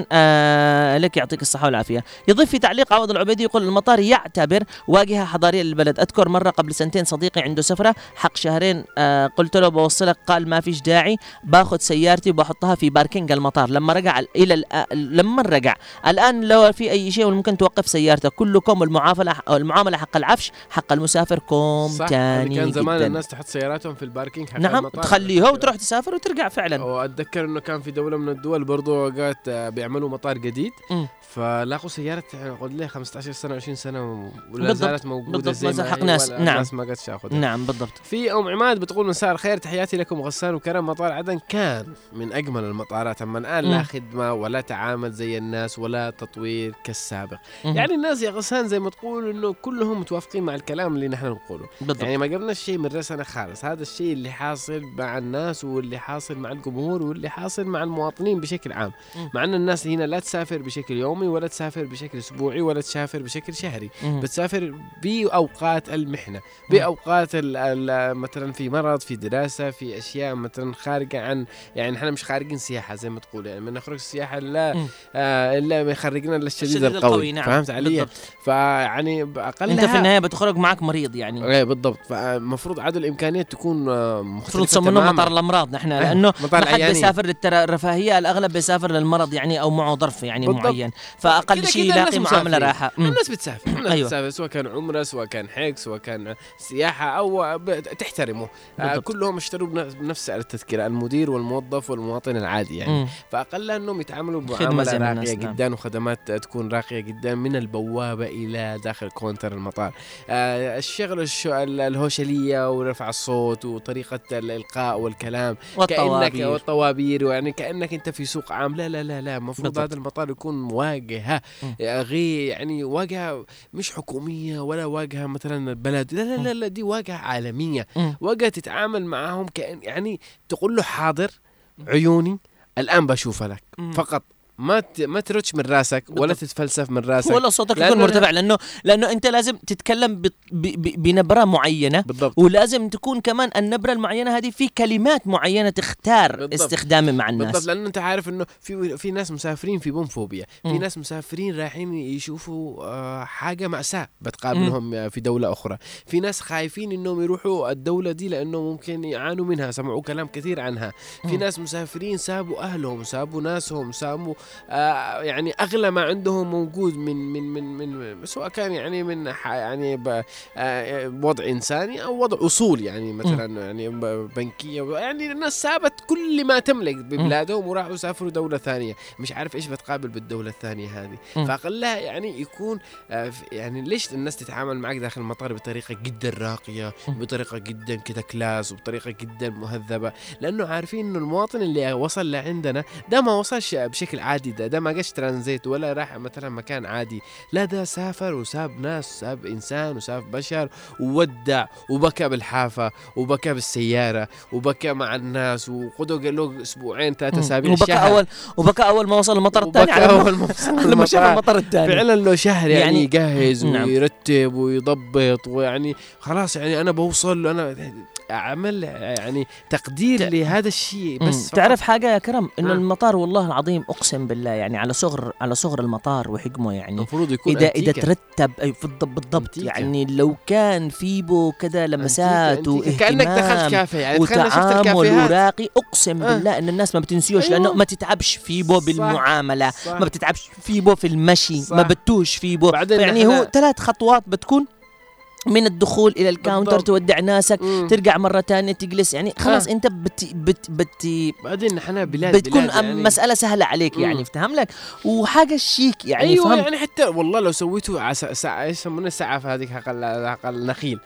آه لك، يعطيك الصحة والعافية. يضيف في تعليق عوض العبيدي يقول المطار يعتبر واجهة حضارية للبلد. أذكر مرة قبل سنتين صديقي عنده سفرة حق شهرين، آه قلت له بوصلك، قال ما فيش داعي، باخذ سيارتي وبحطها في باركينج المطار. لما رجع إلى لما رجع الآن لو في أي شيء ممكن توقف سيارتك، كلكم المعاملة المعاملة حق العفش حق المسافر كوم تاني. كان زمان جداً. الناس تحط سياراتهم في الباركينج حق نعم المطار، تخليها وتروح تسافر وترجع فعلا. وأتذكر إنه كان في دولة من الدول برضو وقت بيعملوا مطار جديد م. فلاقوا سيارة قد ليه خمسة عشر سنة عشرين سنة ولا زالت موجودة زي ما حق ناس. نعم. الناس ما قدش تاخذها. نعم بالضبط. في أم عماد بتقول مساء الخير، تحياتي لكم غسان وكرم. مطار عدن كان من أجمل المطارات، أما الآن لا خدمة ولا تعامل زي الناس ولا تطوير كالسابق. م. يعني الناس يا غسان زي ما تقول إنه كلهم متوافقين مع الكلام اللي نحن نقوله بالضبط. يعني ما قبلنا شيء من رأسنا خالص. هذا الشيء اللي حاصل مع الناس واللي حاصل مع الجمهور واللي حاصل مع المواطنين بشكل عام. م. مع أن الناس هنا لا تسافر بشكل يومي ولا تسافر بشكل أسبوعي ولا تسافر بشكل شهري، م. بتسافر بأوقات المحنة، بأوقات مثلا في مرض، في دراسة، في أشياء مثلا خارجة عن، يعني نحن مش خارجين سياحة زي ما تقول، يعني من نخرج السياحة لا آه إلا ما يخرجنا للشديد القوي, القوي. نعم. فهمت علي؟ فيعني أقل أنت في النهاية بتخرج معك مريض يعني. إيه بالضبط. فمفروض عدد الإمكانيات تكون مختلفة تماما. مطار الأمراض نحن لأنه ما حد بيسافر للرفاهية، الأغلب بيسافر للمرض يعني أو معه ظرف يعني بالضبط. معين، فأقل شيء يلاقي معاملة راحة. الناس بتسافر، الناس أيوة. بتسافر سواء كان عمرة سواء كان حج سواء كان سياحة أو تحترمه. آه كلهم اشتروا بنفس التذكرة، المدير والموظف والمواطن العادي يعني. م. فأقل أنهم يتعاملوا معاملة راقية جدا وخدمات تكون راقية جدا من البوابة إلى داخل كونتر المطار. آه الشغل الهوشلية ورفع الصوت وطريقة الإلقاء والكلام والطوابير. كأنك والطوابير، يعني كأنك أنت في سوق عام. لا لا لا لا مفروض هذا المطار يكون واجهة غير يعني واجهة مش حكومية ولا واجهة مثلا البلد، لا لا لا, لا دي واجهة عالمية، واجهة تتعامل معهم كأن يعني تقول له حاضر عيوني الآن بشوفها لك فقط، ما ما ترتش من راسك ولا تتفلسف من راسك ولا صوتك يكون مرتفع، لانه لانه انت لازم تتكلم بنبره معينه بالضبط. ولازم تكون كمان النبره المعينه هذه في كلمات معينه تختار بالضبط. استخدامه مع الناس بالضبط، لانه انت عارف انه في في ناس مسافرين في بومفوبيا، في م. ناس مسافرين رايحين يشوفوا آه حاجه مأساة بتقابلهم م. في دوله اخرى، في ناس خايفين انهم يروحوا الدوله دي لانه ممكن يعانوا منها، سمعوا كلام كثير عنها، في م. ناس مسافرين سابوا اهلهم سابوا ناسهم سابوا آه يعني أغلى ما عندهم موجود من من من من سواء كان يعني من يعني آه وضع إنساني أو وضع أصول، يعني مثلا م. يعني بنكية، يعني الناس سابت كل ما تملك ببلادهم وراحوا سافروا دولة ثانية، مش عارف إيش بتقابل بالدولة الثانية هذه، فأقلها يعني يكون آه يعني ليش الناس تتعامل معك داخل المطار بطريقة جدا راقية، بطريقة جدا كده كلاس وبطريقة جدا مهذبة، لأنه عارفين إنه المواطن اللي وصل لعندنا ده ما وصلش بشكل عادي عادي، ده ده ما جاش ترانزيت ولا راح مثلا مكان عادي، لا ده سافر وساب ناس، ساب إنسان وساب بشر وودع وبكى بالحافة وبكى بالسيارة وبكى مع الناس، وخدوا قال له أسبوعين ثلاثة أسابيع وبكى شهر. أول وبكى أول ما وصل المطار الثاني، وبكى أول ما وصل لما شاف المطار الثاني فعلا له شهر يعني, يعني يجهز نعم. ويرتب ويضبط، ويعني خلاص يعني أنا بوصل أنا أعمل يعني تقدير لهذا الشيء. بس تعرف حاجة يا كرم، إنه آه. المطار والله العظيم أقسم بالله يعني على صغر على صغر المطار وحجمه، يعني المفروض يكون إذا أنتيكا. إذا ترتب أي بالضبط أنتيكا. يعني لو كان في بو كذا لمسات كأنك دخلت كافيه يعني وتعامل وراقي، أقسم آه. بالله إن الناس ما بتنسيوش. أيوة. لأنه ما تتعبش في بو بالمعاملة، صح. ما بتتعبش في بو في المشي، صح. ما بتوش في بو يعني هو ثلاث خطوات بتكون من الدخول الى الكاونتر، بالضبط. تودع ناسك، مم. ترجع مره ثانيه تجلس، يعني خلاص آه. انت بت بت بت بعدين نحن بلاد بتكون بلاد يعني مساله سهله عليك، مم. يعني فهم لك وحاجه شيك يعني. ايوه فهم. يعني حتى والله لو سويتوا ساعه ايش يسمونها السعف هذيك حق النخيل،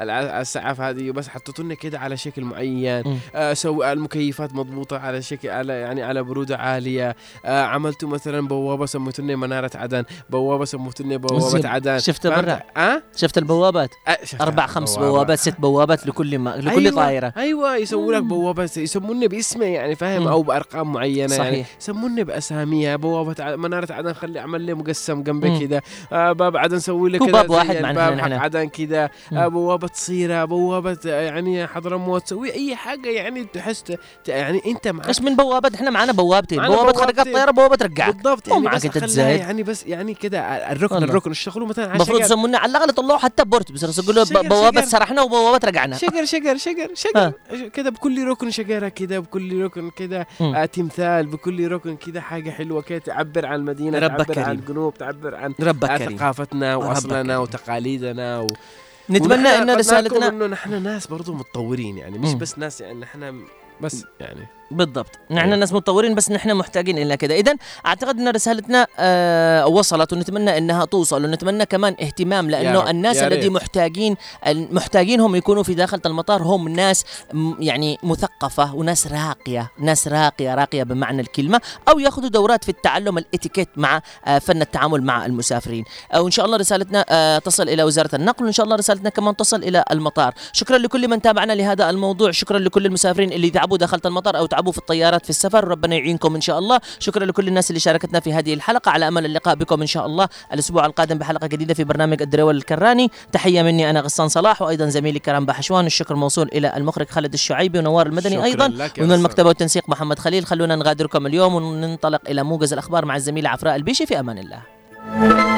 السعف هذه بس حطيتوا لنا كده على شكل معين، آه سوي المكيفات مضبوطه على شكل على يعني على بروده عاليه، آه عملتوا مثلا بوابه سميتوا لنا مناره عدن، بوابه سميتوا لنا بوابه عدن. شفت برا أه؟ شفت البوابات أربع خمس بوابات, بوابات ست بوابات لكل ما لكل أيوة طائرة. أيوة يسووا لك بوابات يسمونه باسمه يعني فاهم، أو بأرقام معينة، صحيح. يعني يسمونه بأساميها. بوابة منارة عدن خلي أعمل لي مقسم جنبه كذا، آه باب عدن سوي لك باب واحد مع باب حق عدن كذا، آه بوابة صيرة، بوابة يعني حضرموت، سوي أي حاجة يعني تحس يعني أنت معك. إيش من بوابات؟ إحنا معنا بوابتين، بوابة خرقات طيارة، بوابة رجعك. بالضبط يعني معك أنت تزايد يعني، بس يعني كذا الركن والله. الركن اشتغلوا مثلا على المفروض يسمونه على الأقل طلعوا حتى بورت، بس يقولوا بوابة سرحنا وبوابات رجعنا. شجر شجر شجر شجر كذا، بكل ركن شجرة كذا، بكل ركن كذا آه تمثال، بكل ركن كذا حاجة حلوة كذا تعبر عن المدينة، تعبر كريم. عن الجنوب، تعبر عن آه ثقافتنا وأصلنا وتقاليدنا و... نتمنى إن رسالتنا إنه نحن ناس برضو متطورين يعني، مش م. بس ناس يعني نحن بس يعني بالضبط نحن ناس متطورين، بس نحن محتاجين إلى كذا. إذن أعتقد أن رسالتنا آه وصلت، ونتمنى أنها توصل، ونتمنى كمان اهتمام، لأنه الناس الذي محتاجين محتاجينهم يكونوا في داخل المطار هم ناس يعني مثقفة وناس راقية، ناس راقية راقية بمعنى الكلمة، أو يأخذوا دورات في التعلم الاتيكيت مع آه فن التعامل مع المسافرين. أو إن شاء الله رسالتنا آه تصل إلى وزارة النقل، وإن شاء الله رسالتنا كمان تصل إلى المطار. شكرا لكل من تابعنا لهذا الموضوع، شكرا لكل المسافرين اللي تعبوا داخل المطار أو تعبوا في الطيارات في السفر، ربنا يعينكم إن شاء الله. شكرا لكل الناس اللي شاركتنا في هذه الحلقة، على أمل اللقاء بكم إن شاء الله الأسبوع القادم بحلقة جديدة في برنامج الدريول الكراني. تحية مني أنا غسان صلاح، وأيضا زميلي كرم بحشوان. الشكر موصول إلى المخرج خالد الشعيبي ونوار المدني أيضا، ومن المكتبة والتنسيق محمد خليل. خلونا نغادركم اليوم وننطلق إلى موجز الأخبار مع الزميلة عفراء البيشي. في أمان الله.